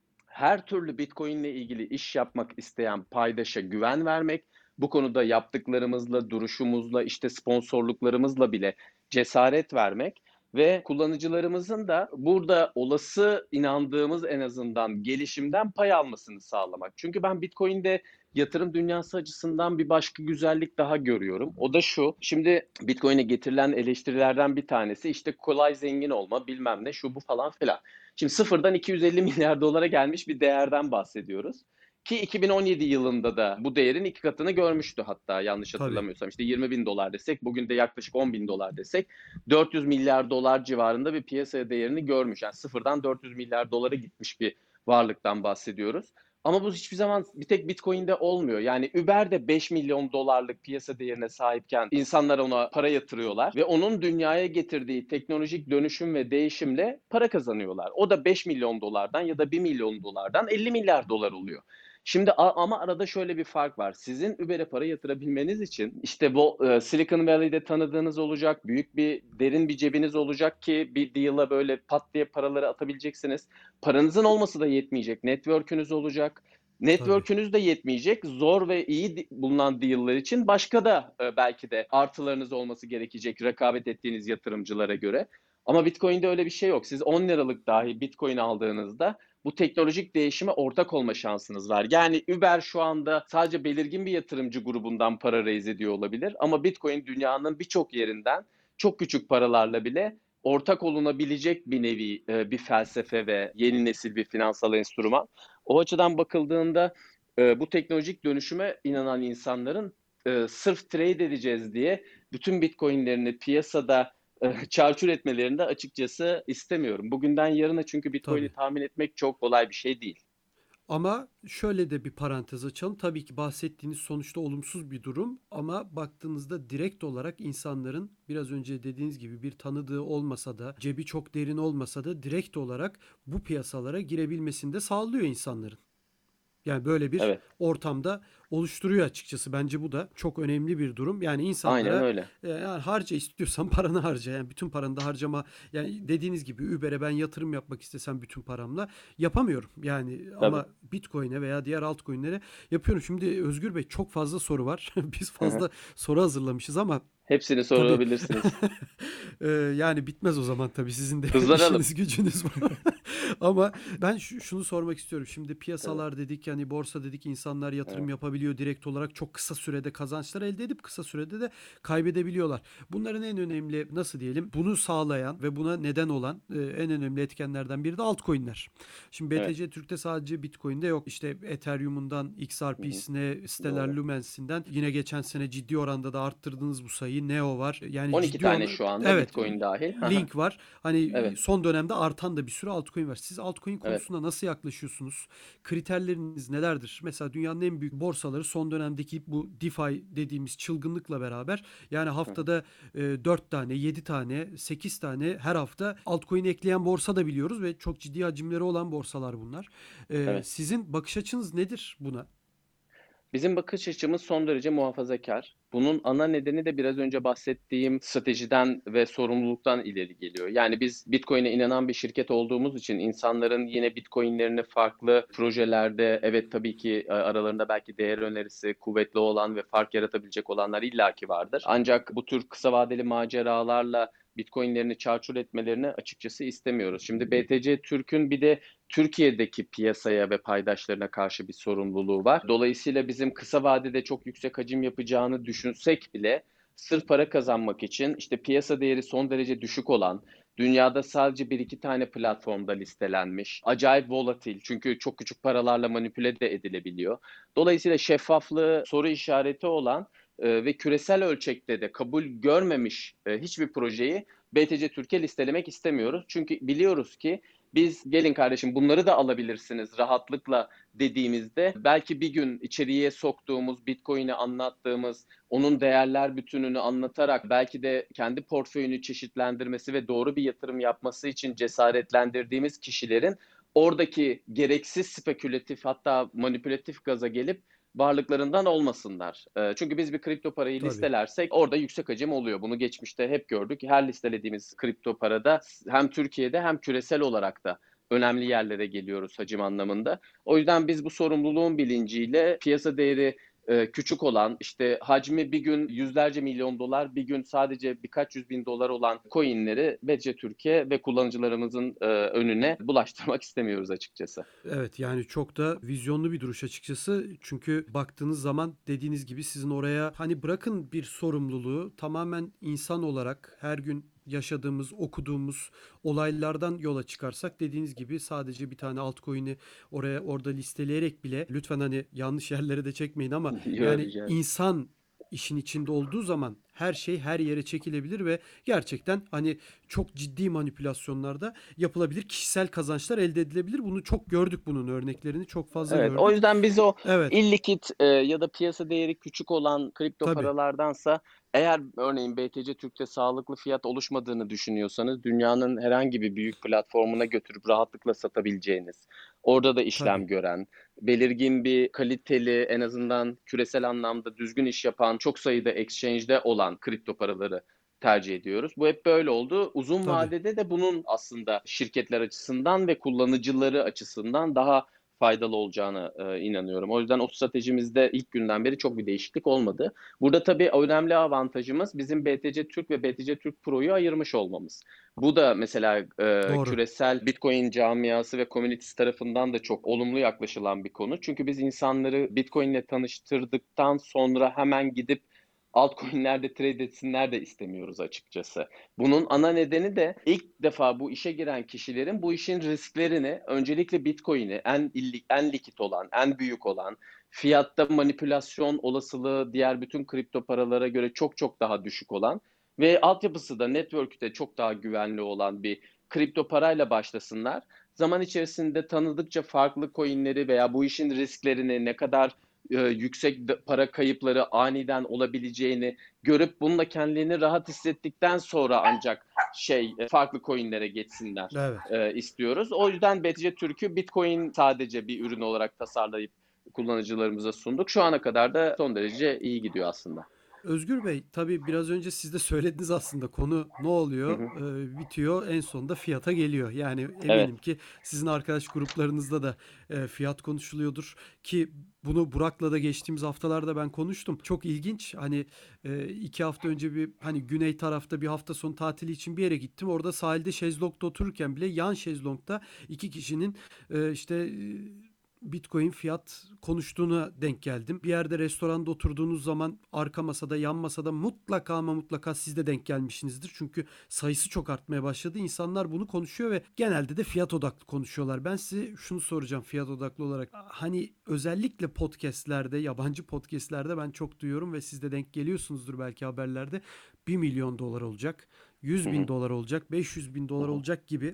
her türlü Bitcoin ile ilgili iş yapmak isteyen paydaşa güven vermek, bu konuda yaptıklarımızla, duruşumuzla, işte sponsorluklarımızla bile cesaret vermek ve kullanıcılarımızın da burada olası inandığımız en azından gelişimden pay almasını sağlamak. Çünkü ben Bitcoin'de yatırım dünyası açısından bir başka güzellik daha görüyorum. O da şu, şimdi Bitcoin'e getirilen eleştirilerden bir tanesi işte kolay zengin olma, bilmem ne, şu bu falan filan. Şimdi sıfırdan 250 milyar dolara gelmiş bir değerden bahsediyoruz. Ki 2017 yılında da bu değerin iki katını görmüştü, hatta yanlış Tabii. hatırlamıyorsam. İşte 20 bin dolar desek, bugün de yaklaşık 10 bin dolar desek 400 milyar dolar civarında bir piyasa değerini görmüş. Yani sıfırdan 400 milyar dolara gitmiş bir varlıktan bahsediyoruz. Ama bu hiçbir zaman bir tek Bitcoin'de olmuyor. Yani Uber de 5 milyon dolarlık piyasa değerine sahipken insanlar ona para yatırıyorlar ve onun dünyaya getirdiği teknolojik dönüşüm ve değişimle para kazanıyorlar. O da 5 milyon dolardan ya da 1 milyon dolardan 50 milyar dolar oluyor. Şimdi ama arada şöyle bir fark var. Sizin Uber'e para yatırabilmeniz için işte bu Silicon Valley'de tanıdığınız olacak, büyük bir derin bir cebiniz olacak ki bir deal'a böyle pat diye paraları atabileceksiniz. Paranızın olması da yetmeyecek. Network'ünüz olacak. Tabii. Network'ünüz de yetmeyecek. Zor ve iyi bulunan deal'lar için başka da belki de artılarınız olması gerekecek rekabet ettiğiniz yatırımcılara göre. Ama Bitcoin'de öyle bir şey yok. Siz 10 liralık dahi Bitcoin aldığınızda bu teknolojik değişime ortak olma şansınız var. Yani Uber şu anda sadece belirgin bir yatırımcı grubundan para raise ediyor olabilir ama Bitcoin dünyanın birçok yerinden çok küçük paralarla bile ortak olunabilecek bir nevi bir felsefe ve yeni nesil bir finansal enstrüman. O açıdan bakıldığında bu teknolojik dönüşüme inanan insanların sırf trade edeceğiz diye bütün Bitcoin'lerini piyasada çarçur etmelerini de açıkçası istemiyorum. Bugünden yarına çünkü Bitcoin'i Tabii. tahmin etmek çok kolay bir şey değil. Ama şöyle de bir parantez açalım. Tabii ki bahsettiğiniz sonuçta olumsuz bir durum ama baktığınızda direkt olarak insanların biraz önce dediğiniz gibi bir tanıdığı olmasa da, cebi çok derin olmasa da direkt olarak bu piyasalara girebilmesini de sağlıyor insanların. Yani böyle bir Evet, ortamda oluşturuyor açıkçası. Bence bu da çok önemli bir durum. Yani aynen insanlara öyle. yani harca istiyorsan paranı harca. Yani bütün paranı da harcama. Yani dediğiniz gibi Uber'e ben yatırım yapmak istesem bütün paramla yapamıyorum. Yani Tabii. ama Bitcoin'e veya diğer altcoin'lere yapıyorum. Şimdi Özgür Bey çok fazla soru var. Biz Hı hı. fazla soru hazırlamışız ama Hepsini tabii sorabilirsiniz. yani bitmez o zaman tabii sizin de Hızlanalım. işiniz gücünüz var. Ama ben şunu sormak istiyorum. Şimdi Tabii. piyasalar dedik yani borsa dedik insanlar yatırım Evet. yapabiliyor direkt olarak çok kısa sürede kazançlar elde edip kısa sürede de kaybedebiliyorlar. Bunların en önemli nasıl diyelim bunu sağlayan ve buna neden olan en önemli etkenlerden biri de altcoin'ler. Şimdi Evet. BTC Türk'te sadece Bitcoin'de yok. İşte Ethereum'undan Hı hı. XRP'sine, Stellar Doğru. Lumens'inden yine geçen sene ciddi oranda da arttırdığınız bu sayıyı. Neo var. Yani 12 ciddi tane onu şu anda evet Bitcoin dahil. Hı hı. Link var. Hani Evet. son dönemde artan da bir sürü altcoin var. Siz altcoin Evet. konusunda nasıl yaklaşıyorsunuz? Kriterleriniz nelerdir? Mesela dünyanın en büyük borsaları son dönemdeki bu DeFi dediğimiz çılgınlıkla beraber yani Hı hı. haftada 4 tane, 7 tane, 8 tane her hafta altcoin ekleyen borsa da biliyoruz ve çok ciddi hacimleri olan borsalar bunlar. Evet. Sizin bakış açınız nedir buna? Bizim bakış açımız son derece muhafazakar. Bunun ana nedeni de biraz önce bahsettiğim stratejiden ve sorumluluktan ileri geliyor. Yani biz Bitcoin'e inanan bir şirket olduğumuz için insanların yine Bitcoin'lerini farklı projelerde, evet tabii ki aralarında belki değer önerisi kuvvetli olan ve fark yaratabilecek olanlar illaki vardır. Ancak bu tür kısa vadeli maceralarla Bitcoin'lerini çarçur etmelerini açıkçası istemiyoruz. Şimdi BTC Türk'ün bir de Türkiye'deki piyasaya ve paydaşlarına karşı bir sorumluluğu var. Dolayısıyla bizim kısa vadede çok yüksek hacim yapacağını düşünsek bile sırf para kazanmak için işte piyasa değeri son derece düşük olan, dünyada sadece bir iki tane platformda listelenmiş, acayip volatil çünkü çok küçük paralarla manipüle de edilebiliyor. Dolayısıyla şeffaflığı soru işareti olan ve küresel ölçekte de kabul görmemiş hiçbir projeyi BTC Türkiye listelemek istemiyoruz. Çünkü biliyoruz ki biz gelin kardeşim bunları da alabilirsiniz rahatlıkla dediğimizde belki bir gün içeriye soktuğumuz, Bitcoin'i anlattığımız, onun değerler bütününü anlatarak belki de kendi portföyünü çeşitlendirmesi ve doğru bir yatırım yapması için cesaretlendirdiğimiz kişilerin oradaki gereksiz spekülatif hatta manipülatif gaza gelip varlıklarından olmasınlar. Çünkü biz bir kripto parayı Tabii. listelersek orada yüksek hacim oluyor. Bunu geçmişte hep gördük. Her listelediğimiz kripto parada hem Türkiye'de hem küresel olarak da önemli yerlere geliyoruz hacim anlamında. O yüzden biz bu sorumluluğun bilinciyle piyasa değeri küçük olan işte hacmi bir gün yüzlerce milyon dolar bir gün sadece birkaç yüz bin dolar olan coinleri BTC Türkiye ve kullanıcılarımızın önüne bulaştırmak istemiyoruz açıkçası. Evet yani çok da vizyonlu bir duruş açıkçası. Çünkü baktığınız zaman dediğiniz gibi sizin oraya hani bırakın bir sorumluluğu tamamen insan olarak her gün yaşadığımız, okuduğumuz olaylardan yola çıkarsak dediğiniz gibi sadece bir tane altcoin'i orada listeleyerek bile lütfen hani yanlış yerlere de çekmeyin ama Yok, yani rica ederim. insan işin içinde olduğu zaman her şey her yere çekilebilir ve gerçekten hani çok ciddi manipülasyonlarda yapılabilir. Kişisel kazançlar elde edilebilir. Bunu çok gördük bunun örneklerini çok fazla Evet, o gördük. yüzden biz o Evet, illikit ya da piyasa değeri küçük olan kripto tabii. paralardansa eğer örneğin BTC Türk'te sağlıklı fiyat oluşmadığını düşünüyorsanız dünyanın herhangi bir büyük platformuna götürüp rahatlıkla satabileceğiniz, orada da Tabii. işlem gören, belirgin bir kaliteli en azından küresel anlamda düzgün iş yapan çok sayıda exchange'de olan kripto paraları tercih ediyoruz. Bu hep böyle oldu. Uzun Tabii. vadede de bunun aslında şirketler açısından ve kullanıcıları açısından daha faydalı olacağına inanıyorum. O yüzden o stratejimizde ilk günden beri çok bir değişiklik olmadı. Burada tabii önemli avantajımız bizim BTC Türk ve BTC Türk Pro'yu ayırmış olmamız. Bu da mesela Doğru. küresel Bitcoin camiası ve communities tarafından da çok olumlu yaklaşılan bir konu. Çünkü biz insanları Bitcoin ile tanıştırdıktan sonra hemen gidip altcoin'lerde trade etsinler de istemiyoruz açıkçası. Bunun ana nedeni de ilk defa bu işe giren kişilerin bu işin risklerini öncelikle Bitcoin'i en likit olan, en büyük olan, fiyatta manipülasyon olasılığı diğer bütün kripto paralara göre çok çok daha düşük olan ve altyapısı da network'ü de çok daha güvenli olan bir kripto parayla başlasınlar. Zaman içerisinde tanıdıkça farklı coin'leri veya bu işin risklerini ne kadar yüksek para kayıpları aniden olabileceğini görüp bununla kendilerini rahat hissettikten sonra ancak farklı coin'lere geçsinler Evet. istiyoruz. O yüzden BTC Türk'ü Bitcoin sadece bir ürün olarak tasarlayıp kullanıcılarımıza sunduk. Şu ana kadar da son derece iyi gidiyor aslında. Özgür Bey, tabii biraz önce siz de söylediniz aslında konu ne Hı oluyor? hı. Bitiyor, en sonunda fiyata geliyor. Yani Evet. eminim ki sizin arkadaş gruplarınızda da fiyat konuşuluyordur ki bunu Burak'la da geçtiğimiz haftalarda ben konuştum. Çok ilginç. Hani 2 hafta önce bir hani güney tarafta bir hafta sonu tatili için bir yere gittim. Orada sahilde şezlongda otururken bile yan şezlongda iki kişinin işte Bitcoin fiyat konuştuğuna denk geldim. Bir yerde restoranda oturduğunuz zaman arka masada, yan masada mutlaka ama mutlaka siz de denk gelmişsinizdir. Çünkü sayısı çok artmaya başladı. İnsanlar bunu konuşuyor ve genelde de fiyat odaklı konuşuyorlar. Ben size şunu soracağım fiyat odaklı olarak. Hani özellikle podcastlerde, yabancı podcastlerde ben çok duyuyorum ve siz de denk geliyorsunuzdur belki haberlerde. 1 milyon dolar olacak, 100 Hı bin hı. dolar olacak, 500 bin Hı dolar hı. olacak gibi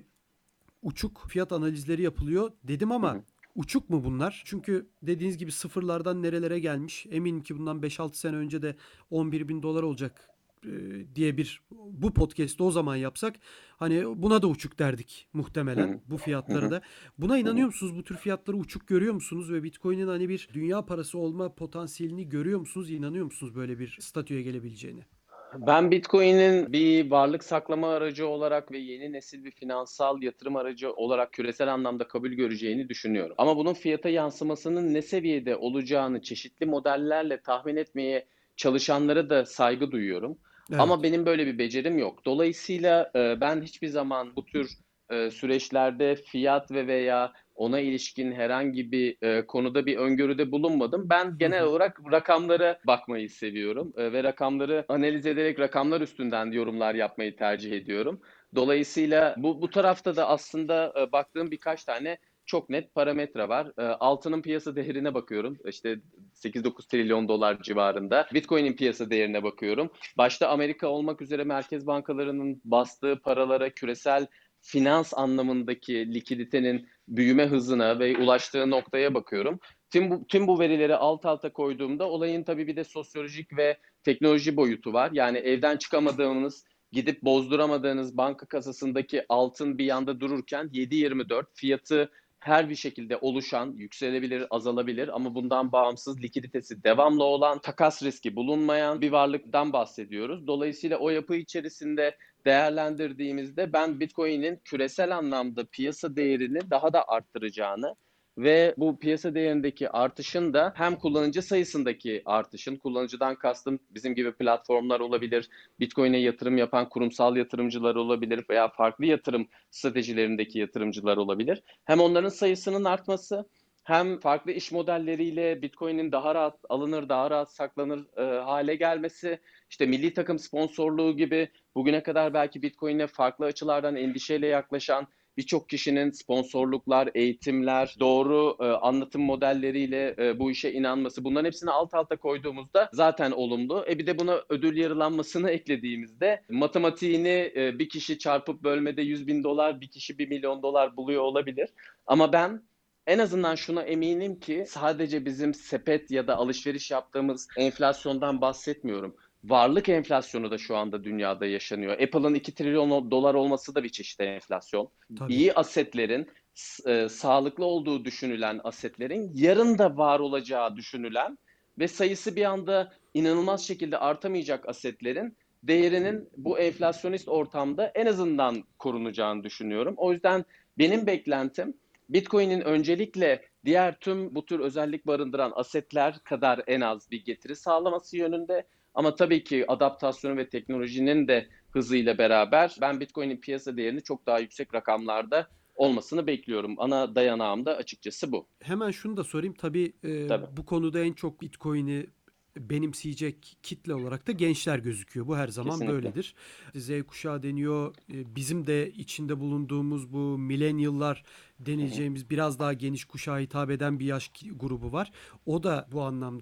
uçuk fiyat analizleri yapılıyor dedim Hı ama hı. uçuk mu bunlar? Çünkü dediğiniz gibi sıfırlardan nerelere gelmiş. Eminim ki bundan 5-6 sene önce de 11 bin dolar olacak e, diye bu podcast'ı o zaman yapsak hani buna da uçuk derdik Hı muhtemelen hı. bu Hı fiyatlara hı. da. Buna Hı hı. inanıyor musunuz? Bu tür fiyatları uçuk görüyor musunuz? Ve Bitcoin'in hani bir dünya parası olma potansiyelini görüyor musunuz? İnanıyor musunuz böyle bir statüye gelebileceğini? Ben Bitcoin'in bir varlık saklama aracı olarak ve yeni nesil bir finansal yatırım aracı olarak küresel anlamda kabul göreceğini düşünüyorum. Ama bunun fiyata yansımasının ne seviyede olacağını çeşitli modellerle tahmin etmeye çalışanlara da saygı duyuyorum. Ama Evet. benim böyle bir becerim yok. Dolayısıyla ben hiçbir zaman bu tür süreçlerde fiyat ve veya ona ilişkin herhangi bir konuda bir öngörüde bulunmadım. Ben Hı genel hı. olarak rakamlara bakmayı seviyorum ve rakamları analiz ederek rakamlar üstünden yorumlar yapmayı tercih ediyorum. Dolayısıyla bu tarafta da aslında baktığım birkaç tane çok net parametre var. Altının piyasa değerine bakıyorum. İşte 8-9 trilyon dolar civarında. Bitcoin'in piyasa değerine bakıyorum. Başta Amerika olmak üzere merkez bankalarının bastığı paralara, küresel finans anlamındaki likiditenin büyüme hızına ve ulaştığı noktaya bakıyorum. Tüm bu verileri alt alta koyduğumda olayın tabii bir de sosyolojik ve teknoloji boyutu var. Yani evden çıkamadığınız, gidip bozduramadığınız banka kasasındaki altın bir yanda dururken 7/24 fiyatı her bir şekilde oluşan, yükselebilir, azalabilir ama bundan bağımsız likiditesi devamlı olan, takas riski bulunmayan bir varlıktan bahsediyoruz. Dolayısıyla o yapı içerisinde değerlendirdiğimizde ben Bitcoin'in küresel anlamda piyasa değerini daha da arttıracağını ve bu piyasa değerindeki artışın da hem kullanıcı sayısındaki artışın, kullanıcıdan kastım bizim gibi platformlar olabilir, Bitcoin'e yatırım yapan kurumsal yatırımcılar olabilir veya farklı yatırım stratejilerindeki yatırımcılar olabilir. Hem onların sayısının artması hem farklı iş modelleriyle Bitcoin'in daha rahat alınır, daha rahat saklanır hale gelmesi, işte milli takım sponsorluğu gibi bugüne kadar belki Bitcoin'e farklı açılardan endişeyle yaklaşan birçok kişinin sponsorluklar, eğitimler, doğru anlatım modelleriyle bu işe inanması, bunların hepsini alt alta koyduğumuzda zaten olumlu. Bir de buna ödül yarılanmasını eklediğimizde matematiğini bir kişi çarpıp bölmede 100 bin dolar, bir kişi 1 milyon dolar buluyor olabilir. Ama ben en azından şuna eminim ki sadece bizim sepet ya da alışveriş yaptığımız enflasyondan bahsetmiyorum. Varlık enflasyonu da şu anda dünyada yaşanıyor. Apple'ın 2 trilyon dolar olması da bir çeşit enflasyon. Tabii. İyi asetlerin, sağlıklı olduğu düşünülen asetlerin yarın da var olacağı düşünülen ve sayısı bir anda inanılmaz şekilde artamayacak asetlerin değerinin bu enflasyonist ortamda en azından korunacağını düşünüyorum. O yüzden benim beklentim Bitcoin'in öncelikle diğer tüm bu tür özellik barındıran asetler kadar en az bir getiri sağlaması yönünde. Ama tabii ki adaptasyonu ve teknolojinin de hızıyla beraber ben Bitcoin'in piyasa değerini çok daha yüksek rakamlarda olmasını bekliyorum. Ana dayanağım da açıkçası bu. Hemen şunu da sorayım. Tabii Tabii. bu konuda en çok Bitcoin'i benimseyecek kitle olarak da gençler gözüküyor. Bu her zaman Kesinlikle. böyledir. Z kuşağı deniyor. Bizim de içinde bulunduğumuz bu millennial'lar Hı hı. denileceğimiz biraz daha geniş kuşağa hitap eden bir yaş grubu var. O da bu anlamda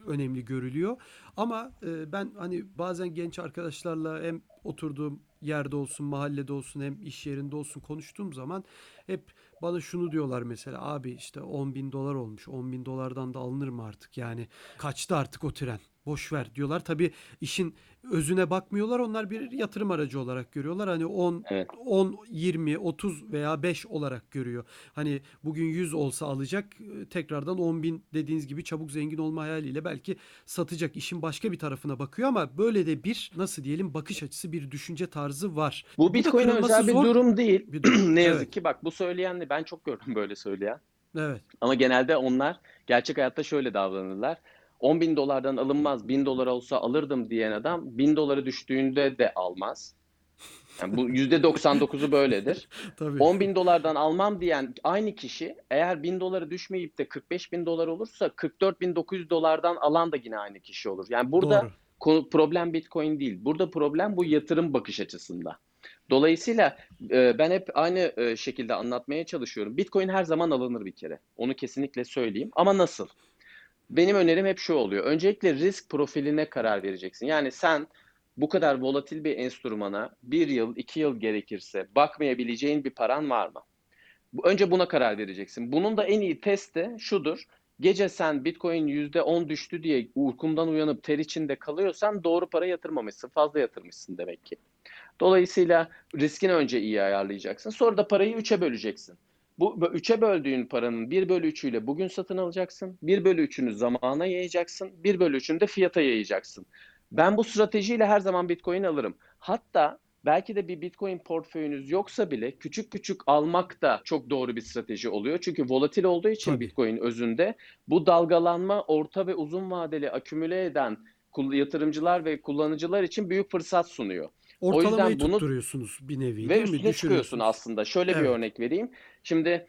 önemli görülüyor. Ama ben hani bazen genç arkadaşlarla hem oturduğum yerde olsun, mahallede olsun, hem iş yerinde olsun konuştuğum zaman hep bana şunu diyorlar mesela: abi işte 10 bin dolar olmuş, 10 bin dolardan da alınır mı artık, yani kaçtı artık o tren, boş ver diyorlar. Tabii işin özüne bakmıyorlar, onlar bir yatırım aracı olarak görüyorlar. Hani 10, Evet. 10, 20, 30 veya 5 olarak görüyor. Hani bugün 100 olsa alacak, tekrardan 10 bin dediğiniz gibi çabuk zengin olma hayaliyle belki satacak. İşin başka bir tarafına bakıyor ama böyle de bir, nasıl diyelim, bakış açısı, bir düşünce tarzı var. Bu Bu da Bitcoin'e kırılması özel bir zor durum değil. bir durum. Ne Evet, yazık ki bak bu söyleyenle ben çok gördüm böyle söyleyen. evet, Ama genelde onlar gerçek hayatta şöyle davranırlar. 10 bin dolardan alınmaz, 1000 dolar olsa alırdım diyen adam 1000 dolara düştüğünde de almaz. Yani bu %99'u böyledir. tabii, 10 bin dolardan almam diyen aynı kişi eğer 1000 dolara düşmeyip de 45 bin dolar olursa 44.900 dolardan alan da yine aynı kişi olur. Yani burada doğru. problem Bitcoin değil. Burada problem bu yatırım bakış açısında. Dolayısıyla ben hep aynı şekilde anlatmaya çalışıyorum. Bitcoin her zaman alınır bir kere. Onu kesinlikle söyleyeyim. Ama nasıl? Benim önerim hep şu oluyor. Öncelikle risk profiline karar vereceksin. Yani sen bu kadar volatil bir enstrümana 1 yıl, 2 yıl gerekirse bakmayabileceğin bir paran var mı? Önce buna karar vereceksin. Bunun da en iyi testi şudur. Gece sen Bitcoin %10 düştü diye uykundan uyanıp ter içinde kalıyorsan doğru para yatırmamışsın, fazla yatırmışsın demek ki. Dolayısıyla riskini önce iyi ayarlayacaksın. Sonra da parayı 3'e böleceksin. Bu 3'e böldüğün paranın 1/3'üyle bugün satın alacaksın. 1/3'ünü zamana yayacaksın. 1/3'ünü de fiyata yayacaksın. Ben bu stratejiyle her zaman Bitcoin alırım. Hatta belki de bir Bitcoin portföyünüz yoksa bile küçük küçük almak da çok doğru bir strateji oluyor. Çünkü volatil olduğu için Tabii. Bitcoin özünde bu dalgalanma orta ve uzun vadeli akümüle eden yatırımcılar ve kullanıcılar için büyük fırsat sunuyor. O Ortalamayı yüzden bunu tutturuyorsunuz bir nevi, ve değil mi? üstüne çıkıyorsun Düşürüyorsunuz. aslında. Şöyle bir Evet, örnek vereyim. Şimdi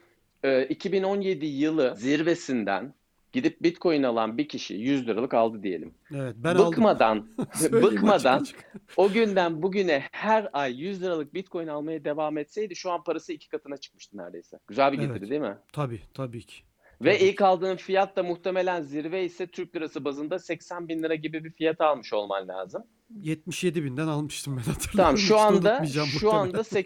2017 yılı zirvesinden gidip Bitcoin alan bir kişi 100 liralık aldı diyelim. evet, ben aldım. Bıkmadan, Söyleyeyim açık bıkmadan açık. o günden bugüne her ay 100 liralık Bitcoin almaya devam etseydi şu an parası 2 katına çıkmıştı neredeyse. Güzel bir Evet, getiri değil mi? tabii, tabii ki. Ve Tabii ilk ki. aldığın fiyat da muhtemelen zirve ise Türk lirası bazında 80 bin lira gibi bir fiyat almış olman lazım. 77 binden almıştım ben, Tamam hatırlıyorum. şu Hiç de anda unutmayacağım şu muhtemelen. anda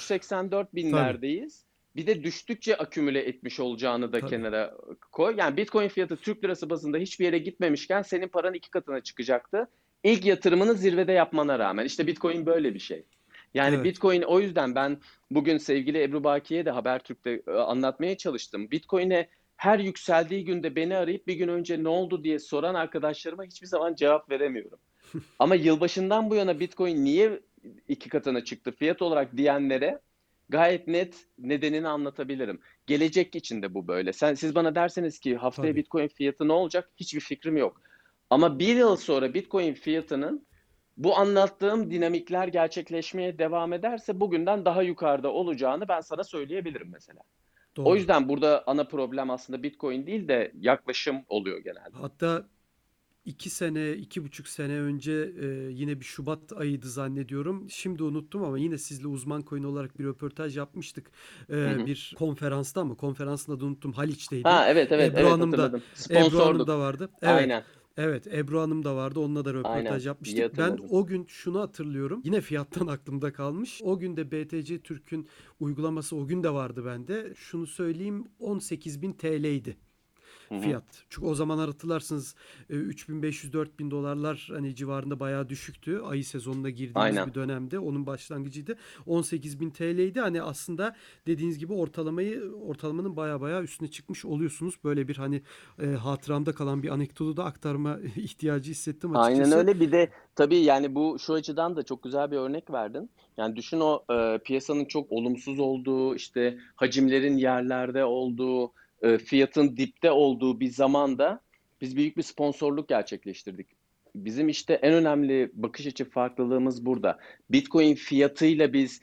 83-84 Tabii, binlerdeyiz. Bir de düştükçe akümüle etmiş olacağını da tabii. kenara koy. Yani Bitcoin fiyatı Türk lirası bazında hiçbir yere gitmemişken senin paran 2 katına çıkacaktı. İlk yatırımını zirvede yapmana rağmen. İşte Bitcoin böyle bir şey. Yani Evet, Bitcoin o yüzden ben bugün sevgili Ebru Baki'ye de Habertürk'te anlatmaya çalıştım. Bitcoin'e her yükseldiği günde beni arayıp bir gün önce ne oldu diye soran arkadaşlarıma hiçbir zaman cevap veremiyorum. Ama yılbaşından bu yana Bitcoin niye 2 katına çıktı fiyat olarak diyenlere gayet net nedenini anlatabilirim. Gelecek için de bu böyle. Siz bana derseniz ki haftaya tabii. Bitcoin fiyatı ne olacak? Hiçbir fikrim yok. Ama 1 yıl sonra Bitcoin fiyatının bu anlattığım dinamikler gerçekleşmeye devam ederse bugünden daha yukarıda olacağını ben sana söyleyebilirim mesela. O Doğru. yüzden burada ana problem aslında Bitcoin değil de yaklaşım oluyor genelde. Hatta 2 sene, 2,5 sene önce yine bir Şubat ayıydı zannediyorum. Şimdi unuttum ama yine sizle Uzman Coin olarak bir röportaj yapmıştık. Hı hı. Bir konferansta, ama konferansın adını unuttum. Haliç'teydi. Ha, evet evet Ebru evet Hanım da hatırladım. Ebru Hanım da Sponsorduk. vardı. Evet. Aynen. Evet, Ebru Hanım da vardı. Onunla da Aynen. röportaj İyi yapmıştık. Ben hatırladın. o gün şunu hatırlıyorum. Yine fiyattan aklımda kalmış. O gün de BTC Türk'ün uygulaması o gün de vardı bende. Şunu söyleyeyim, 18.000 TL'ydi Hı hı. fiyat. Çünkü o zaman hatırlarsınız 3.500-4.000 dolarlar hani civarında bayağı düşüktü. Ayı sezonuna girdiğimiz Aynen. bir dönemde. Onun başlangıcıydı. 18.000 TL'ydi. Hani aslında dediğiniz gibi ortalamanın bayağı üstüne çıkmış oluyorsunuz. Böyle bir hani hatıramda kalan bir anekdotu da aktarma ihtiyacı hissettim Aynen açıkçası. öyle. Bir de tabii yani bu şu açıdan da çok güzel bir örnek verdin. Yani düşün o piyasanın çok olumsuz olduğu, işte hacimlerin yerlerde olduğu, fiyatın dipte olduğu bir zamanda biz büyük bir sponsorluk gerçekleştirdik. Bizim işte en önemli bakış açı farklılığımız burada. Bitcoin fiyatıyla biz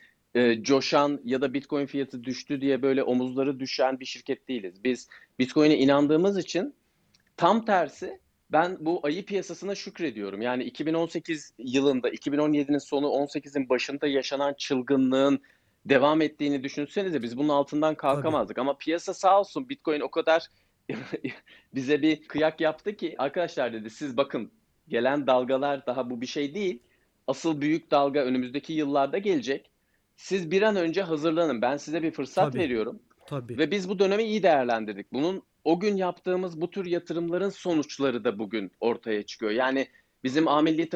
coşan ya da Bitcoin fiyatı düştü diye böyle omuzları düşen bir şirket değiliz. Biz Bitcoin'e inandığımız için tam tersi ben bu ayı piyasasına şükrediyorum. Yani 2018 yılında, 2017'nin sonu, 18'in başında yaşanan çılgınlığın devam ettiğini düşünsenize biz bunun altından Tabii. kalkamazdık. Ama piyasa sağ olsun Bitcoin o kadar bize bir kıyak yaptı ki arkadaşlar dedi siz bakın gelen dalgalar daha bu bir şey değil. Asıl büyük dalga önümüzdeki yıllarda gelecek. Siz bir an önce hazırlanın. Ben size bir fırsat Tabii, veriyorum. tabii. Ve biz bu dönemi iyi değerlendirdik. Bunun o gün yaptığımız bu tür yatırımların sonuçları da bugün ortaya çıkıyor. Yani bizim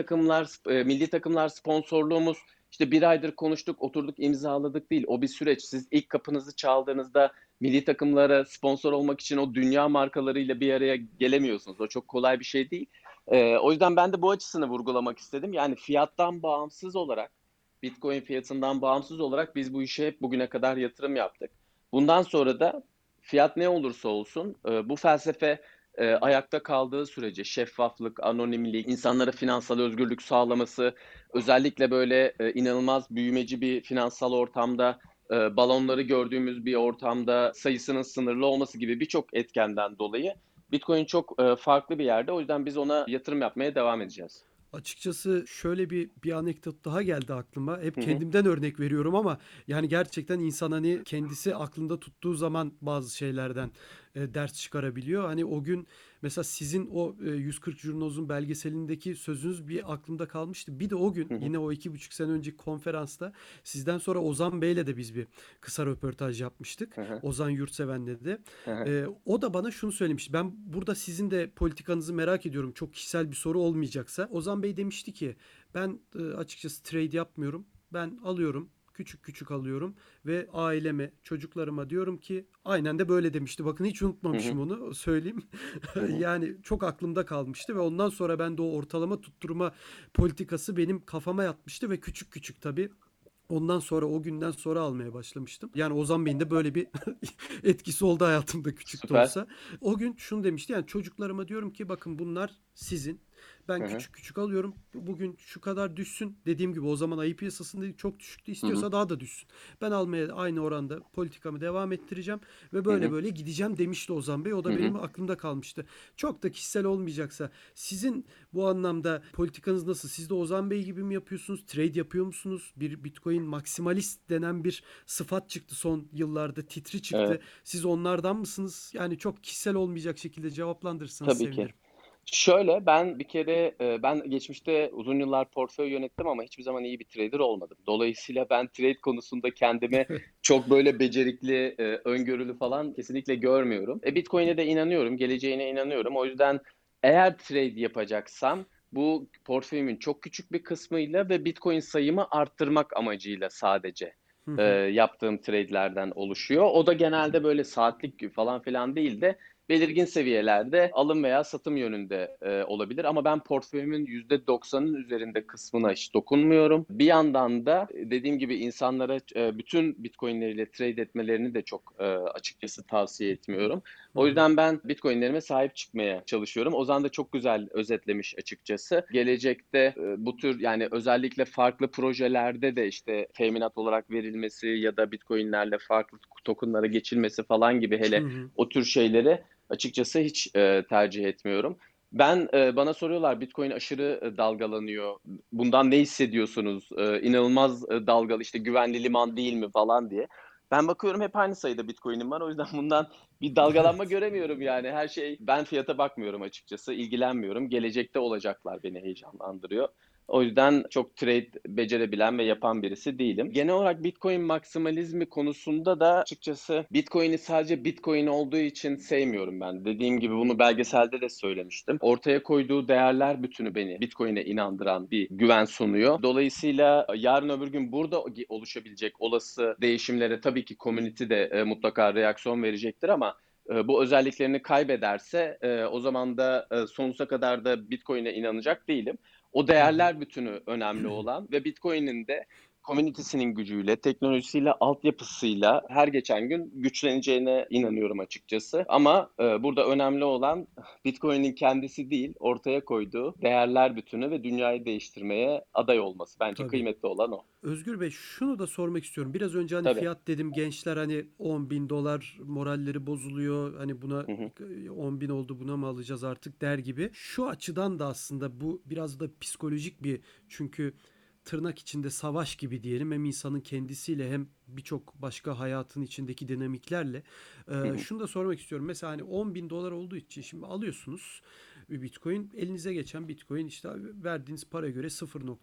milli takımlar sponsorluğumuz işte bir aydır konuştuk, oturduk, imzaladık değil. O bir süreç. Siz ilk kapınızı çaldığınızda milli takımlara sponsor olmak için o dünya markalarıyla bir araya gelemiyorsunuz. O çok kolay bir şey değil. O yüzden ben de bu açısını vurgulamak istedim. Yani fiyattan bağımsız olarak, Bitcoin fiyatından bağımsız olarak biz bu işe hep bugüne kadar yatırım yaptık. Bundan sonra da fiyat ne olursa olsun bu felsefe ayakta kaldığı sürece şeffaflık, anonimlik, insanlara finansal özgürlük sağlaması, özellikle böyle inanılmaz büyümeci bir finansal ortamda, balonları gördüğümüz bir ortamda sayısının sınırlı olması gibi birçok etkenden dolayı Bitcoin çok farklı bir yerde. O yüzden biz ona yatırım yapmaya devam edeceğiz. Açıkçası şöyle bir anekdot daha geldi aklıma. Hı Hep hı. kendimden örnek veriyorum ama yani gerçekten insan hani kendisi aklında tuttuğu zaman bazı şeylerden ders çıkarabiliyor. Hani o gün mesela sizin o 140 Jurnoz'un belgeselindeki sözünüz bir aklımda kalmıştı. Bir de o gün Hı hı. yine o 2,5 sene önceki konferansta sizden sonra Ozan Bey'le de biz bir kısa röportaj yapmıştık. Hı hı. Ozan Yurtseven'le de. Hı hı. O da bana şunu söylemişti. Ben burada sizin de politikanızı merak ediyorum. Çok kişisel bir soru olmayacaksa. Ozan Bey demişti ki ben açıkçası trade yapmıyorum. Ben alıyorum. Küçük küçük alıyorum ve aileme, çocuklarıma diyorum ki aynen de böyle demişti. Bakın hiç Hı unutmamışım hı. onu söyleyeyim. Hı hı. Yani çok aklımda kalmıştı ve ondan sonra ben de o ortalama tutturma politikası benim kafama yatmıştı ve küçük küçük tabii ondan sonra o günden sonra almaya başlamıştım. Yani Ozan Bey'in de böyle bir etkisi oldu hayatımda küçük de Süper. olsa. O gün şunu demişti yani çocuklarıma diyorum ki bakın bunlar sizin. Hı Ben hı. küçük küçük alıyorum. Bugün şu kadar düşsün. Dediğim gibi o zaman ayı piyasasında çok düşüktü. Hı hı. İstiyorsa daha da düşsün. Ben almaya aynı oranda politikamı devam ettireceğim ve Hı böyle hı. böyle gideceğim demişti Ozan Bey. O Hı da hı. benim aklımda kalmıştı. Çok da kişisel olmayacaksa sizin bu anlamda politikanız nasıl? Siz de Ozan Bey gibi mi yapıyorsunuz? Trade yapıyor musunuz? Bir Bitcoin maksimalist denen bir sıfat çıktı son yıllarda. Titri çıktı. Evet, Siz onlardan mısınız? Yani çok kişisel olmayacak şekilde cevaplandırırsanız tabii ki. sevinirim. Şöyle, ben bir kere, ben geçmişte uzun yıllar portföy yönettim ama hiçbir zaman iyi bir trader olmadım. Dolayısıyla ben trade konusunda kendimi çok böyle becerikli, öngörülü falan kesinlikle görmüyorum. Bitcoin'e de inanıyorum, geleceğine inanıyorum. O yüzden eğer trade yapacaksam bu portföyümün çok küçük bir kısmıyla ve Bitcoin sayımı arttırmak amacıyla sadece Hı hı. yaptığım trade'lerden oluşuyor. O da genelde böyle saatlik falan filan değil de belirgin seviyelerde alım veya satım yönünde olabilir. Ama ben portföyümün %90'ın üzerinde kısmına hiç dokunmuyorum. Bir yandan da dediğim gibi insanlara bütün Bitcoin'leriyle trade etmelerini de çok açıkçası tavsiye etmiyorum. Hı O hı. yüzden ben Bitcoin'lerime sahip çıkmaya çalışıyorum. Ozan da çok güzel özetlemiş açıkçası. Gelecekte bu tür yani özellikle farklı projelerde de işte teminat olarak verilmesi ya da Bitcoin'lerle farklı token'lara geçilmesi falan gibi Hı hele hı. o tür şeyleri açıkçası hiç tercih etmiyorum. Bana soruyorlar Bitcoin aşırı dalgalanıyor. Bundan ne hissediyorsunuz? İnanılmaz dalgalı işte güvenli liman değil mi falan diye. Ben bakıyorum hep aynı sayıda Bitcoin'im var. O yüzden bundan bir dalgalanma Evet. göremiyorum yani. Her şey ben fiyata bakmıyorum açıkçası. İlgilenmiyorum. Gelecekte olacaklar beni heyecanlandırıyor. O yüzden çok trade becerebilen ve yapan birisi değilim. Genel olarak Bitcoin maksimalizmi konusunda da açıkçası Bitcoin'i sadece Bitcoin olduğu için sevmiyorum ben. Dediğim gibi bunu belgeselde de söylemiştim. Ortaya koyduğu değerler bütünü beni Bitcoin'e inandıran bir güven sunuyor. Dolayısıyla yarın öbür gün burada oluşabilecek olası değişimlere tabii ki community de mutlaka reaksiyon verecektir ama bu özelliklerini kaybederse o zaman da sonsuza kadar da Bitcoin'e inanacak değilim. O Hı hı. değerler bütünü önemli olan ve Bitcoin'in de komünitesinin gücüyle, teknolojisiyle, altyapısıyla her geçen gün güçleneceğine inanıyorum açıkçası. Ama burada önemli olan Bitcoin'in kendisi değil, ortaya koyduğu değerler bütünü ve dünyayı değiştirmeye aday olması. Bence Tabii. kıymetli olan o. Özgür Bey şunu da sormak istiyorum. Biraz önce hani Tabii. fiyat dedim gençler hani 10 bin dolar moralleri bozuluyor. Hani buna Hı hı. 10 bin oldu buna mı alacağız artık der gibi. Şu açıdan da aslında bu biraz da psikolojik bir çünkü tırnak içinde savaş gibi diyelim. Hem insanın kendisiyle hem birçok başka hayatın içindeki dinamiklerle. Hı hı. Şunu da sormak istiyorum. Mesela hani 10 bin dolar olduğu için şimdi alıyorsunuz bir Bitcoin. Elinize geçen Bitcoin işte verdiğiniz paraya göre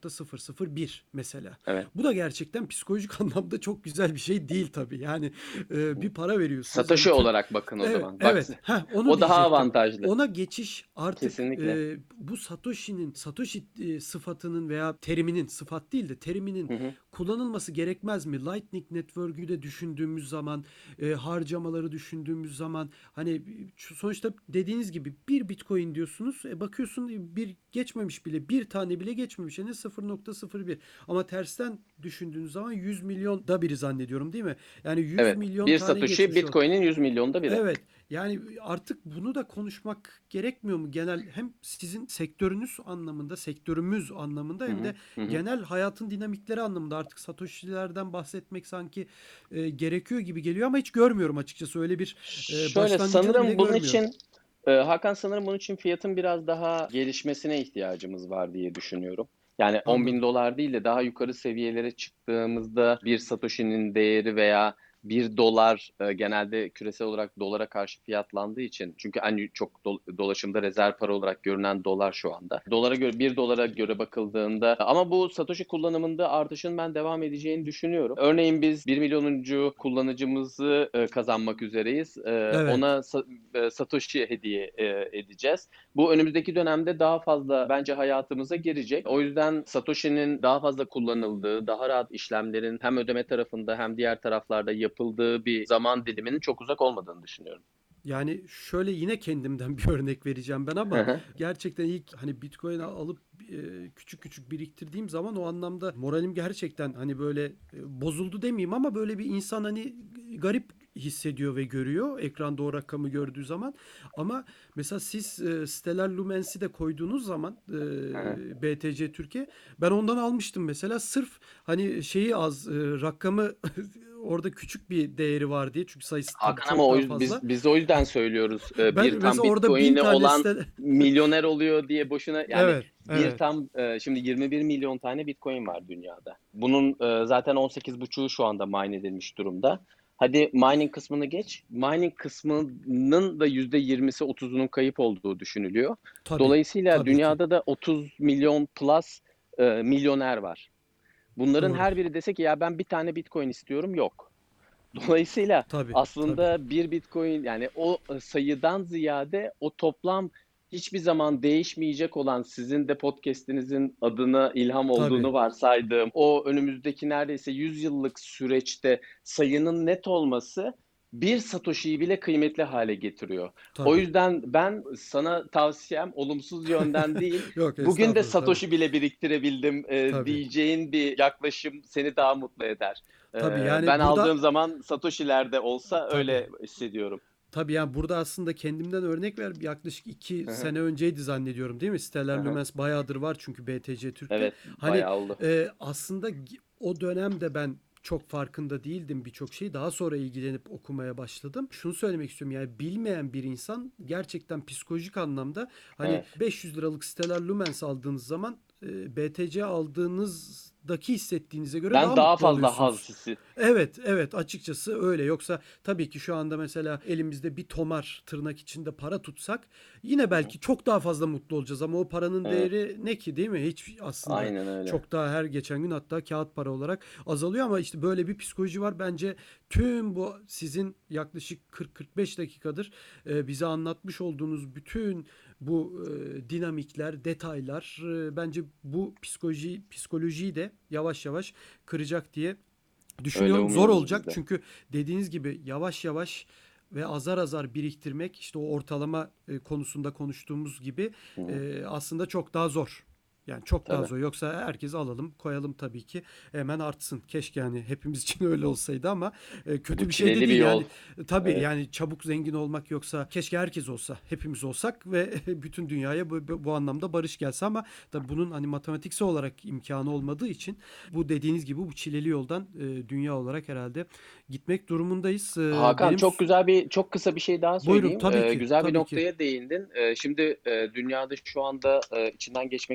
0,001 mesela. Evet. Bu da gerçekten psikolojik anlamda çok güzel bir şey değil tabii. Yani bir para veriyorsunuz. Hani Satoshi olarak bakın o evet, zaman. Bak, evet. Onu o daha diyecektim. avantajlı. Ona geçiş artık Kesinlikle. bu Satoshi sıfatının veya teriminin, sıfat değil de teriminin Hı hı. kullanılması gerekmez mi? Lightning Network'ü de düşündüğümüz zaman, harcamaları düşündüğümüz zaman hani sonuçta dediğiniz gibi bir Bitcoin diyorsunuz. Bakıyorsun bir geçmemiş bile, bir tane bile geçmemiş. Yani 0,01. Ama tersten düşündüğünüz zaman 100 milyon da biri zannediyorum değil mi? Yani 100 Evet. milyon Bir tane Satoshi geçmiş o. Bitcoin'in 100 milyonda biri. Evet. Yani artık bunu da konuşmak gerekmiyor mu? Genel hem sizin sektörünüz anlamında, sektörümüz anlamında Hı hem de hı. Hı hı. genel hayatın dinamikleri anlamında artık Satoshi'lerden bahsetmek sanki gerekiyor gibi geliyor ama hiç görmüyorum açıkçası. Öyle bir Şöyle başlangıcını bile sanırım bunun görmüyorum. için Hakan, sanırım bunun için fiyatın biraz daha gelişmesine ihtiyacımız var diye düşünüyorum. Yani 10 bin Anladım. dolar değil de daha yukarı seviyelere çıktığımızda bir Satoshi'nin değeri veya bir dolar genelde küresel olarak dolara karşı fiyatlandığı için, çünkü en çok dolaşımda rezerv para olarak görünen dolar şu anda. Dolara göre, bir dolara göre bakıldığında, ama bu Satoshi kullanımında artışın ben devam edeceğini düşünüyorum. Örneğin biz 1 milyonuncu kullanıcımızı kazanmak üzereyiz. Evet. Ona Satoshi hediye edeceğiz. Bu önümüzdeki dönemde daha fazla bence hayatımıza girecek. O yüzden Satoshi'nin daha fazla kullanıldığı, daha rahat işlemlerin hem ödeme tarafında hem diğer taraflarda yapıldığı bir zaman diliminin çok uzak olmadığını düşünüyorum. Yani şöyle yine kendimden bir örnek vereceğim ben Hı ama hı. gerçekten ilk hani Bitcoin alıp küçük küçük biriktirdiğim zaman o anlamda moralim gerçekten hani böyle bozuldu demeyeyim ama böyle bir insan hani garip hissediyor ve görüyor ekranda o rakamı gördüğü zaman. Ama mesela siz Stellar Lumens'i de koyduğunuz zaman Hı hı. BTC Türkiye ben ondan almıştım mesela sırf hani şeyi az rakamı orada küçük bir değeri var diye çünkü sayısı tabii Hakan, ama çok daha fazla. biz o yüzden söylüyoruz. Ben Bir tam mesela orada 1000 Bitcoin'i tane olan site... milyoner oluyor diye boşuna, yani Evet, bir evet. tam şimdi 21 milyon tane Bitcoin var dünyada. Bunun zaten 18,5'u şu anda mine edilmiş durumda. Hadi mining kısmını geç. Mining kısmının da %20'si 30'unun kayıp olduğu düşünülüyor. Tabii, Dolayısıyla tabii ki. dünyada da 30 milyon plus milyoner var. Bunların Doğru. her biri dese ki ya ben bir tane Bitcoin istiyorum, yok. Dolayısıyla Tabii, tabii. aslında bir Bitcoin, yani o sayıdan ziyade o toplam hiçbir zaman değişmeyecek olan, sizin de podcast'inizin adına ilham Tabii, olduğunu varsaydığım o önümüzdeki neredeyse 100 yıllık süreçte sayının net olması bir Satoshi'yi bile kıymetli hale getiriyor. O tabii. yüzden ben sana tavsiyem olumsuz yönden değil, Yok bugün de estağfurullah tabii. Satoshi bile biriktirebildim Tabii. diyeceğin bir yaklaşım seni daha mutlu eder. Tabii Ben yani aldığım burada zaman Satoshi'lerde olsa tabii. öyle hissediyorum. Tabii yani burada aslında kendimden örnek ver. Yaklaşık iki Hı hı, sene önceydi zannediyorum değil mi? hı Stellar hı. Lumens bayağıdır var çünkü BTC Türk'te. Evet, Hani bayağı oldu. aslında o dönemde ben çok farkında değildim birçok şeyi. Daha sonra ilgilenip okumaya başladım. Şunu söylemek istiyorum yani bilmeyen bir insan gerçekten psikolojik anlamda hani Evet. 500 liralık Stellar Lumens aldığınız zaman BTC aldığınızdaki hissettiğinize göre daha Ben daha mutlu fazla haz oluyorsunuz. hissi. Evet, evet açıkçası öyle. Yoksa tabii ki şu anda mesela elimizde bir tomar tırnak içinde para tutsak yine Hı hı. belki çok daha fazla mutlu olacağız ama o paranın Evet, değeri ne ki değil mi? Hiç aslında aynen öyle. çok daha her geçen gün hatta kağıt para olarak azalıyor ama işte böyle bir psikoloji var. Bence tüm bu sizin yaklaşık 40-45 dakikadır bize anlatmış olduğunuz bütün bu dinamikler, detaylar bence bu psikolojiyi de yavaş yavaş kıracak diye Öyle düşünüyorum. Zor umuyoruz biz olacak de. çünkü dediğiniz gibi yavaş yavaş ve azar azar biriktirmek işte o ortalama konusunda konuştuğumuz gibi Hı hı. aslında çok daha zor. Yani çok daha Tabii. zor. Yoksa herkes alalım, koyalım tabii ki. Hemen artsın. Keşke yani hepimiz için öyle olsaydı ama Bu kötü bir şey de çileli bir değil. yol. Yani tabii Evet. yani çabuk zengin olmak yoksa keşke herkes olsa, hepimiz olsak ve bütün dünyaya bu anlamda barış gelse ama tabii bunun hani matematiksel olarak imkanı olmadığı için bu dediğiniz gibi bu çileli yoldan dünya olarak herhalde gitmek durumundayız. Hakan, çok kısa bir şey daha Buyurun söyleyeyim. tabii ki, Güzel bir tabii ki. noktaya değindin. Şimdi dünyada şu anda içinden geçmekte olduğumuz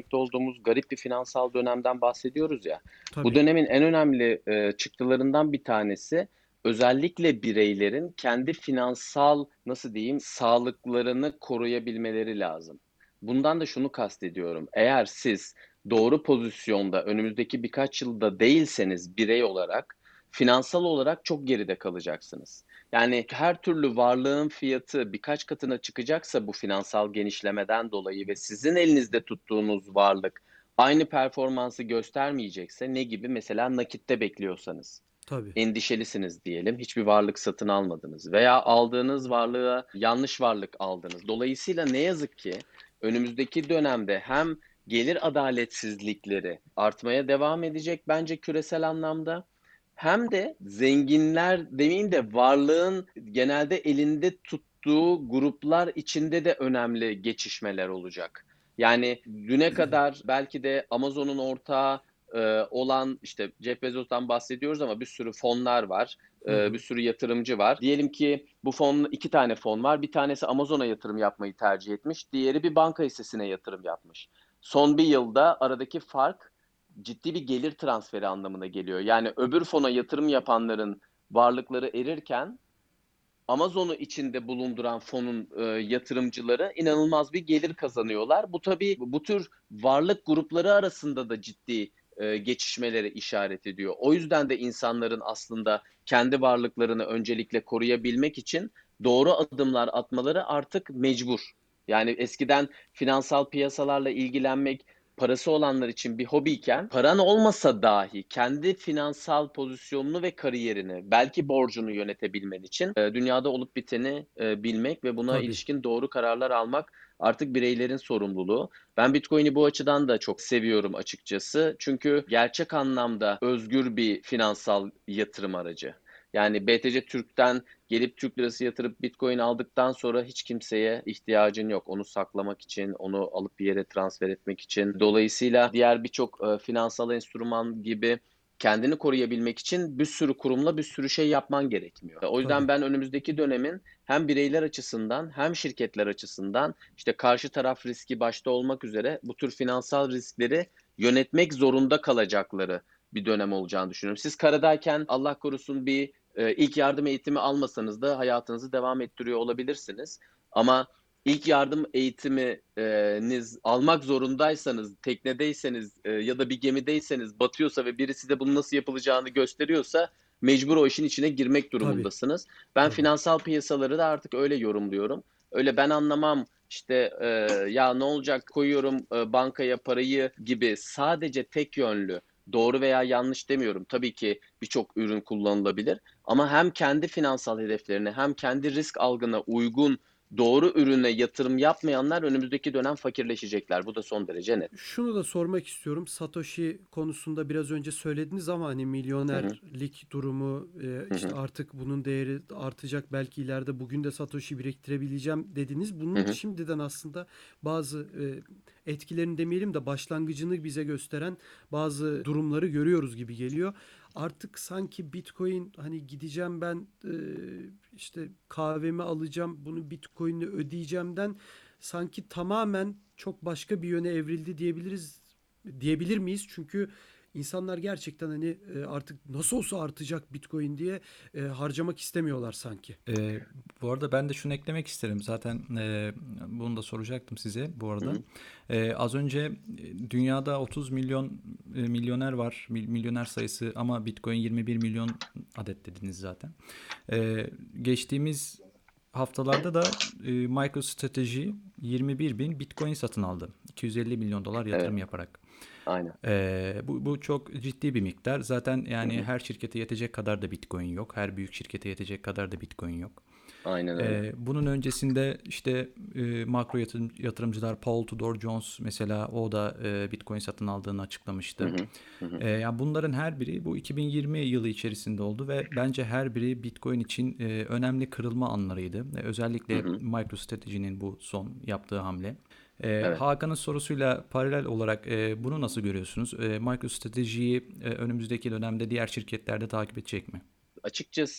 olduğumuz garip bir finansal dönemden bahsediyoruz ya. Bu Tabii. dönemin en önemli çıktılarından bir tanesi özellikle bireylerin kendi finansal, nasıl diyeyim, sağlıklarını koruyabilmeleri lazım. Bundan da şunu kastediyorum. Eğer siz doğru pozisyonda önümüzdeki birkaç yılda değilseniz birey olarak finansal olarak çok geride kalacaksınız. Yani her türlü varlığın fiyatı birkaç katına çıkacaksa bu finansal genişlemeden dolayı ve sizin elinizde tuttuğunuz varlık aynı performansı göstermeyecekse, ne gibi? Mesela nakitte bekliyorsanız, Tabii. endişelisiniz diyelim, hiçbir varlık satın almadınız veya aldığınız varlığa yanlış varlık aldınız. Dolayısıyla ne yazık ki önümüzdeki dönemde hem gelir adaletsizlikleri artmaya devam edecek bence küresel anlamda, hem de zenginler demeyeyim de varlığın genelde elinde tuttuğu gruplar içinde de önemli geçişmeler olacak. Yani düne kadar belki de Amazon'un ortağı olan, işte Jeff Bezos'tan bahsediyoruz ama bir sürü fonlar var, Hı bir hı. sürü yatırımcı var. Diyelim ki bu fon, iki tane fon var. Bir tanesi Amazon'a yatırım yapmayı tercih etmiş, diğeri bir banka hissesine yatırım yapmış. Son bir yılda aradaki fark ciddi bir gelir transferi anlamına geliyor. Yani öbür fona yatırım yapanların varlıkları erirken Amazon'u içinde bulunduran fonun yatırımcıları inanılmaz bir gelir kazanıyorlar. Bu tabii bu tür varlık grupları arasında da ciddi geçişmelere işaret ediyor. O yüzden de insanların aslında kendi varlıklarını öncelikle koruyabilmek için doğru adımlar atmaları artık mecbur. Yani eskiden finansal piyasalarla ilgilenmek parası olanlar için bir hobiyken, paran olmasa dahi kendi finansal pozisyonunu ve kariyerini, belki borcunu yönetebilmen için dünyada olup biteni bilmek ve buna Tabii. ilişkin doğru kararlar almak artık bireylerin sorumluluğu. Ben Bitcoin'i bu açıdan da çok seviyorum açıkçası. Çünkü gerçek anlamda özgür bir finansal yatırım aracı. Yani BTC Türk'ten gelip Türk lirası yatırıp Bitcoin aldıktan sonra hiç kimseye ihtiyacın yok. Onu saklamak için, onu alıp bir yere transfer etmek için. Dolayısıyla diğer birçok finansal enstrüman gibi kendini koruyabilmek için bir sürü kurumla bir sürü şey yapman gerekmiyor. O yüzden Tabii. ben önümüzdeki dönemin hem bireyler açısından hem şirketler açısından, işte karşı taraf riski başta olmak üzere, bu tür finansal riskleri yönetmek zorunda kalacakları bir dönem olacağını düşünüyorum. Siz karadayken Allah korusun bir ilk yardım eğitimi almasanız da hayatınızı devam ettiriyor olabilirsiniz. Ama ilk yardım eğitiminiz almak zorundaysanız, teknedeyseniz ya da bir gemideyseniz, batıyorsa ve birisi de bunun nasıl yapılacağını gösteriyorsa mecbur o işin içine girmek Tabii. durumundasınız. Ben Tabii. finansal piyasaları da artık öyle yorumluyorum. Öyle ben anlamam işte ya ne olacak, koyuyorum bankaya parayı gibi sadece tek yönlü, doğru veya yanlış demiyorum. Tabii ki birçok ürün kullanılabilir ama hem kendi finansal hedeflerine hem kendi risk algına uygun doğru ürüne yatırım yapmayanlar önümüzdeki dönem fakirleşecekler. Bu da son derece net. Şunu da sormak istiyorum. Satoshi konusunda biraz önce söylediniz ama hani Hı hı, milyonerlik durumu, hı işte hı, artık bunun değeri artacak, belki ileride bugün de Satoshi biriktirebileceğim dediniz. hı Bunun hı, şimdiden aslında bazı etkilerini demeyelim de başlangıcını bize gösteren bazı durumları görüyoruz gibi geliyor. Artık sanki Bitcoin, hani gideceğim ben, işte kahvemi alacağım, bunu Bitcoin'le ödeyeceğimden sanki tamamen çok başka bir yöne evrildi diyebilir miyiz? Çünkü insanlar gerçekten hani artık nasıl olsa artacak Bitcoin diye harcamak istemiyorlar sanki. Ee, Bu arada ben de şunu eklemek isterim. Zaten bunu da soracaktım size bu hı arada. hı, Az önce dünyada 30 milyon milyoner var. Milyoner sayısı ama Bitcoin 21 milyon adet dediniz zaten. Geçtiğimiz haftalarda da MicroStrategy 21 bin Bitcoin satın aldı. 250 milyon dolar evet, yatırım yaparak. aynen. Bu çok ciddi bir miktar. Zaten Hı yani hı, her şirkete yetecek kadar da Bitcoin yok. Her büyük şirkete yetecek kadar da Bitcoin yok. aynen öyle. Bunun öncesinde işte makro yatırımcılar Paul Tudor Jones mesela o da Bitcoin satın aldığını Hı açıklamıştı. hı, hı hı, Yani bunların her biri bu 2020 yılı içerisinde oldu ve bence her biri Bitcoin için önemli kırılma anlarıydı. hı Özellikle hı, MicroStrategy'nin bu son yaptığı hamle. evet. Hakan'ın sorusuyla paralel olarak bunu nasıl görüyorsunuz? MicroStrategy'yi önümüzdeki dönemde diğer şirketler de takip edecek mi? Açıkçası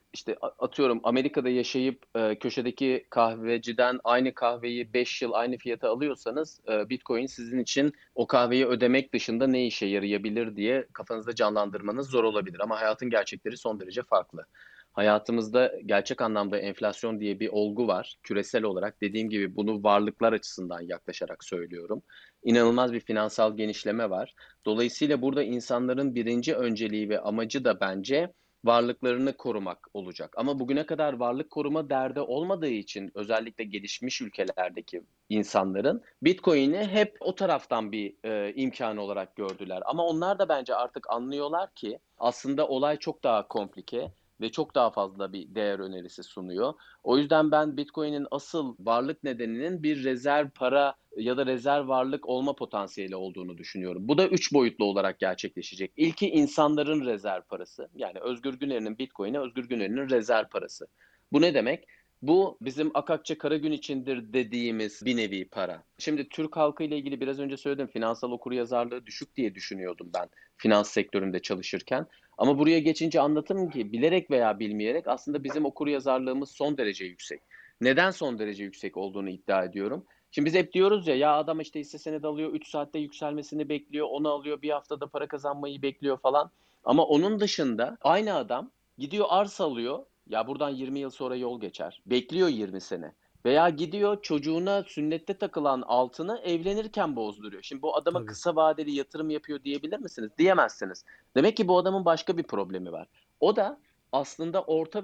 işte atıyorum Amerika'da yaşayıp köşedeki kahveciden aynı kahveyi 5 yıl aynı fiyata alıyorsanız Bitcoin sizin için o kahveyi ödemek dışında ne işe yarayabilir diye kafanızda canlandırmanız zor olabilir. Ama hayatın gerçekleri son derece farklı. Hayatımızda gerçek anlamda enflasyon diye bir olgu var. Küresel olarak dediğim gibi bunu varlıklar açısından yaklaşarak söylüyorum. İnanılmaz bir finansal genişleme var. Dolayısıyla burada insanların birinci önceliği ve amacı da bence varlıklarını korumak olacak. Ama bugüne kadar varlık koruma derdi olmadığı için özellikle gelişmiş ülkelerdeki insanların Bitcoin'i hep o taraftan bir imkan olarak gördüler. Ama onlar da bence artık anlıyorlar ki aslında olay çok daha komplike ve çok daha fazla bir değer önerisi sunuyor. O yüzden ben Bitcoin'in asıl varlık nedeninin bir rezerv para ya da rezerv varlık olma potansiyeli olduğunu düşünüyorum. Bu da 3 boyutlu olarak gerçekleşecek. İlki insanların rezerv parası. Yani Özgür Güner'in Bitcoin'i Özgür Güner'in rezerv parası. Bu ne demek? Bu bizim Akakçe kara gün içindir dediğimiz bir nevi para. Şimdi Türk halkı ile ilgili biraz önce söyledim. Finansal okuryazarlığı düşük diye düşünüyordum ben finans sektöründe çalışırken. Ama buraya geçince anlatım ki bilerek veya bilmeyerek aslında bizim okuryazarlığımız son derece yüksek. Neden son derece yüksek olduğunu iddia ediyorum. Şimdi biz hep diyoruz ya adam işte hisse senedi alıyor 3 saatte yükselmesini bekliyor, onu alıyor bir haftada para kazanmayı bekliyor falan. Ama onun dışında aynı adam gidiyor arsa alıyor. Ya buradan 20 yıl sonra yol geçer. Bekliyor 20 sene. Veya gidiyor çocuğuna sünnette takılan altını evlenirken bozduruyor. Şimdi bu adama Tabii. kısa vadeli yatırım yapıyor diyebilir misiniz? Diyemezsiniz. Demek ki bu adamın başka bir problemi var. O da aslında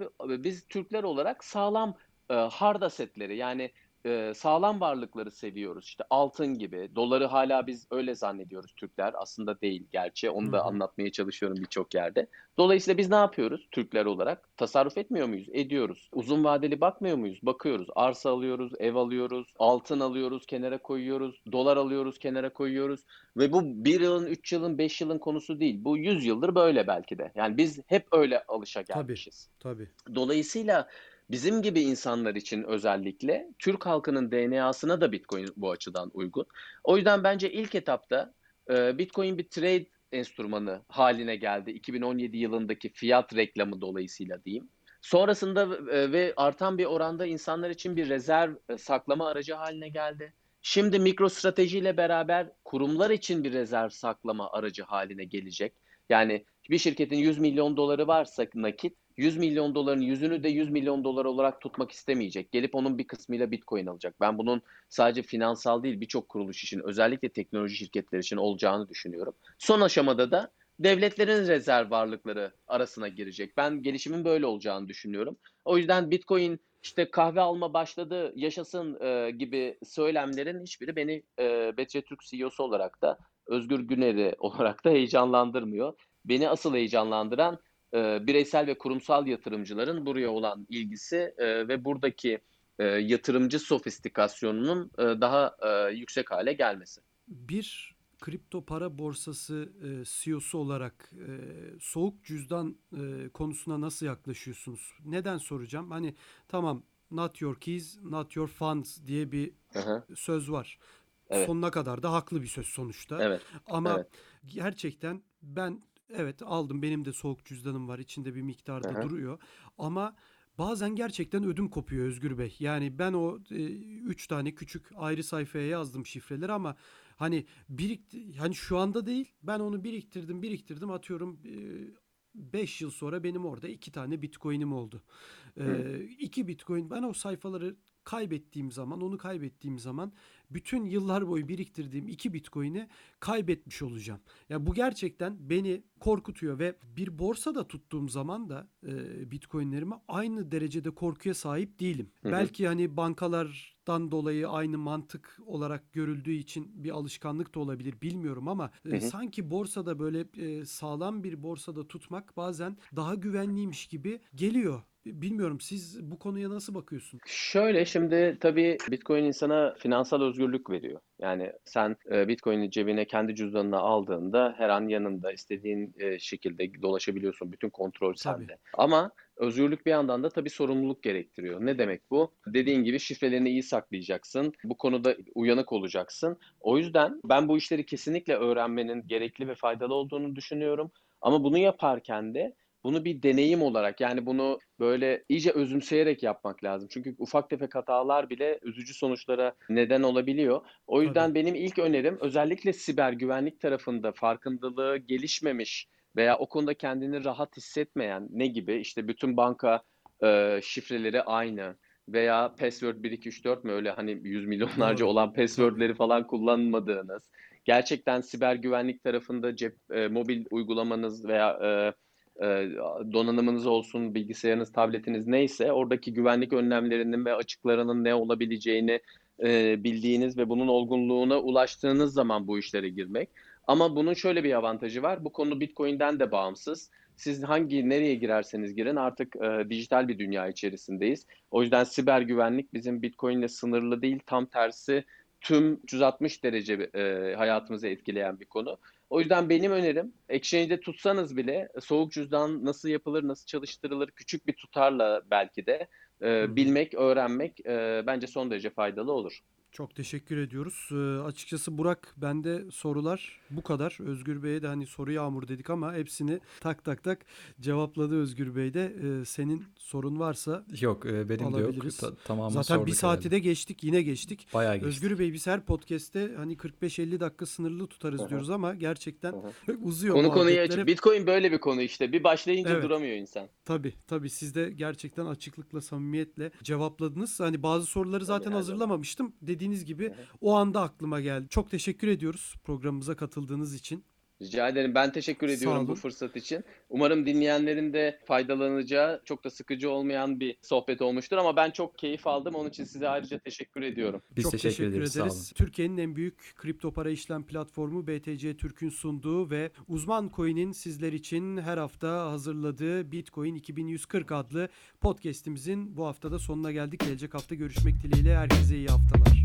biz Türkler olarak sağlam hard asetleri yani sağlam varlıkları seviyoruz. İşte altın gibi. Doları hala biz öyle zannediyoruz Türkler. Aslında değil gerçi. Hı Onu da hı. anlatmaya çalışıyorum birçok yerde. Dolayısıyla biz ne yapıyoruz Türkler olarak? Tasarruf etmiyor muyuz? Ediyoruz. Uzun vadeli bakmıyor muyuz? Bakıyoruz. Arsa alıyoruz, ev alıyoruz, altın alıyoruz, kenara koyuyoruz, dolar alıyoruz, kenara koyuyoruz. Ve bu bir yılın, 3 yılın, 5 yılın konusu değil. Bu 100 yıldır böyle belki de. Yani biz hep öyle alışa Tabii. gelmişiz. Tabii. Dolayısıyla bizim gibi insanlar için özellikle Türk halkının DNA'sına da Bitcoin bu açıdan uygun. O yüzden bence ilk etapta Bitcoin bir trade enstrümanı haline geldi. 2017 yılındaki fiyat reklamı dolayısıyla diyeyim. Sonrasında ve artan bir oranda insanlar için bir rezerv saklama aracı haline geldi. Şimdi MicroStrateji ile beraber kurumlar için bir rezerv saklama aracı haline gelecek. Yani bir şirketin 100 milyon doları varsa nakit 100 milyon doların yüzünü de 100 milyon dolar olarak tutmak istemeyecek. Gelip onun bir kısmıyla Bitcoin alacak. Ben bunun sadece finansal değil birçok kuruluş için özellikle teknoloji şirketleri için olacağını düşünüyorum. Son aşamada da devletlerin rezerv varlıkları arasına girecek. Ben gelişimin böyle olacağını düşünüyorum. O yüzden Bitcoin işte kahve alma başladı yaşasın gibi söylemlerin hiçbiri beni BTC Türk CEO'su olarak da Özgür Güner'i olarak da heyecanlandırmıyor. Beni asıl heyecanlandıran bireysel ve kurumsal yatırımcıların buraya olan ilgisi ve buradaki yatırımcı sofistikasyonunun daha yüksek hale gelmesi. Bir kripto para borsası CEO'su olarak soğuk cüzdan konusuna nasıl yaklaşıyorsunuz? Neden soracağım? Hani tamam, not your keys, not your funds diye bir Hı hı. söz var. Evet, Sonuna kadar da haklı bir söz sonuçta. evet, Ama evet. gerçekten ben evet aldım, benim de soğuk cüzdanım var, içinde bir Hı miktarda hı. duruyor. Ama bazen gerçekten ödüm kopuyor Özgür Bey. Yani ben o 3 tane küçük ayrı sayfaya yazdım şifreleri ama hani hani şu anda değil, ben onu biriktirdim atıyorum, 5 yıl sonra benim orada 2 tane Bitcoin'im oldu. Hı. 2 Bitcoin, ben o sayfaları onu kaybettiğim zaman bütün yıllar boyu biriktirdiğim 2 Bitcoin'i kaybetmiş olacağım. Ya bu gerçekten beni korkutuyor ve bir borsada tuttuğum zaman da Bitcoin'lerimi aynı derecede korkuya sahip değilim. Hı hı. Belki hani bankalardan dolayı aynı mantık olarak görüldüğü için bir alışkanlık da olabilir, bilmiyorum ama Hı hı. sanki borsada böyle sağlam bir borsada tutmak bazen daha güvenliymiş gibi geliyor. Bilmiyorum, siz bu konuya nasıl bakıyorsun? Şöyle şimdi tabii Bitcoin insana finansal özgürlük veriyor. Yani sen Bitcoin'i cebine kendi cüzdanına aldığında her an yanında istediğin şekilde dolaşabiliyorsun. Bütün kontrol Tabii. sende. Ama özgürlük bir yandan da tabii sorumluluk gerektiriyor. Ne demek bu? Dediğin gibi şifrelerini iyi saklayacaksın. Bu konuda uyanık olacaksın. O yüzden ben bu işleri kesinlikle öğrenmenin gerekli ve faydalı olduğunu düşünüyorum. Ama bunu yaparken de bunu bir deneyim olarak, yani bunu böyle iyice özümseyerek yapmak lazım. Çünkü ufak tefek hatalar bile üzücü sonuçlara neden olabiliyor. O Tabii. yüzden benim ilk önerim, özellikle siber güvenlik tarafında farkındalığı gelişmemiş veya o konuda kendini rahat hissetmeyen, ne gibi? İşte bütün banka şifreleri aynı veya password 1 2 3 4 mü, öyle hani yüz milyonlarca Doğru. olan Tabii. password'leri falan kullanmadığınız, gerçekten siber güvenlik tarafında mobil uygulamanız veya donanımınız olsun, bilgisayarınız, tabletiniz neyse, oradaki güvenlik önlemlerinin ve açıklarının ne olabileceğini bildiğiniz ve bunun olgunluğuna ulaştığınız zaman bu işlere girmek. Ama bunun şöyle bir avantajı var. Bu konu Bitcoin'den de bağımsız. Siz nereye girerseniz girin, artık dijital bir dünya içerisindeyiz. O yüzden siber güvenlik bizim Bitcoin'le sınırlı değil, tam tersi tüm 360 derece hayatımızı etkileyen bir konu. O yüzden benim önerim, exchange'de tutsanız bile soğuk cüzdan nasıl yapılır, nasıl çalıştırılır, küçük bir tutarla belki de Hı hı. bilmek, öğrenmek bence son derece faydalı olur. Çok teşekkür ediyoruz. Açıkçası Burak, bende sorular bu kadar. Özgür Bey'e de hani soru yağmur dedik ama hepsini tak tak tak cevapladı Özgür Bey de. Senin sorun varsa Yok, benim de yok. alabiliriz. Tamamını Zaten bir sorduk saati herhalde. de geçtik, yine geçtik. Bayağı geçtik. Özgür Bey, biz her podcast'te hani 45-50 dakika sınırlı tutarız Hı hı, diyoruz ama gerçekten hı hı. uzuyor Konu konuyu muhabbetler açık. hep. Bitcoin böyle bir konu işte. Bir başlayınca Evet. duramıyor insan. Tabii siz de gerçekten açıklıkla, samimiyetle cevapladınız. Hani bazı soruları Tabii, zaten her zaman. hazırlamamıştım. Dediğiniz Hı gibi hı. o anda aklıma geldi. Çok teşekkür ediyoruz programımıza katıldığınız için. Rica ederim. Ben teşekkür Sağ ediyorum bu olun. fırsat için. Umarım dinleyenlerin de faydalanacağı, çok da sıkıcı olmayan bir sohbet olmuştur ama ben çok keyif aldım. Onun için size ayrıca teşekkür ediyorum. Biz Çok teşekkür teşekkür ederiz. Sağ olun. ederiz. Türkiye'nin en büyük kripto para işlem platformu BTC Türk'ün sunduğu ve Uzman Coin'in sizler için her hafta hazırladığı Bitcoin 2140 adlı podcast'imizin bu haftada sonuna geldik. Gelecek hafta görüşmek dileğiyle, herkese iyi haftalar.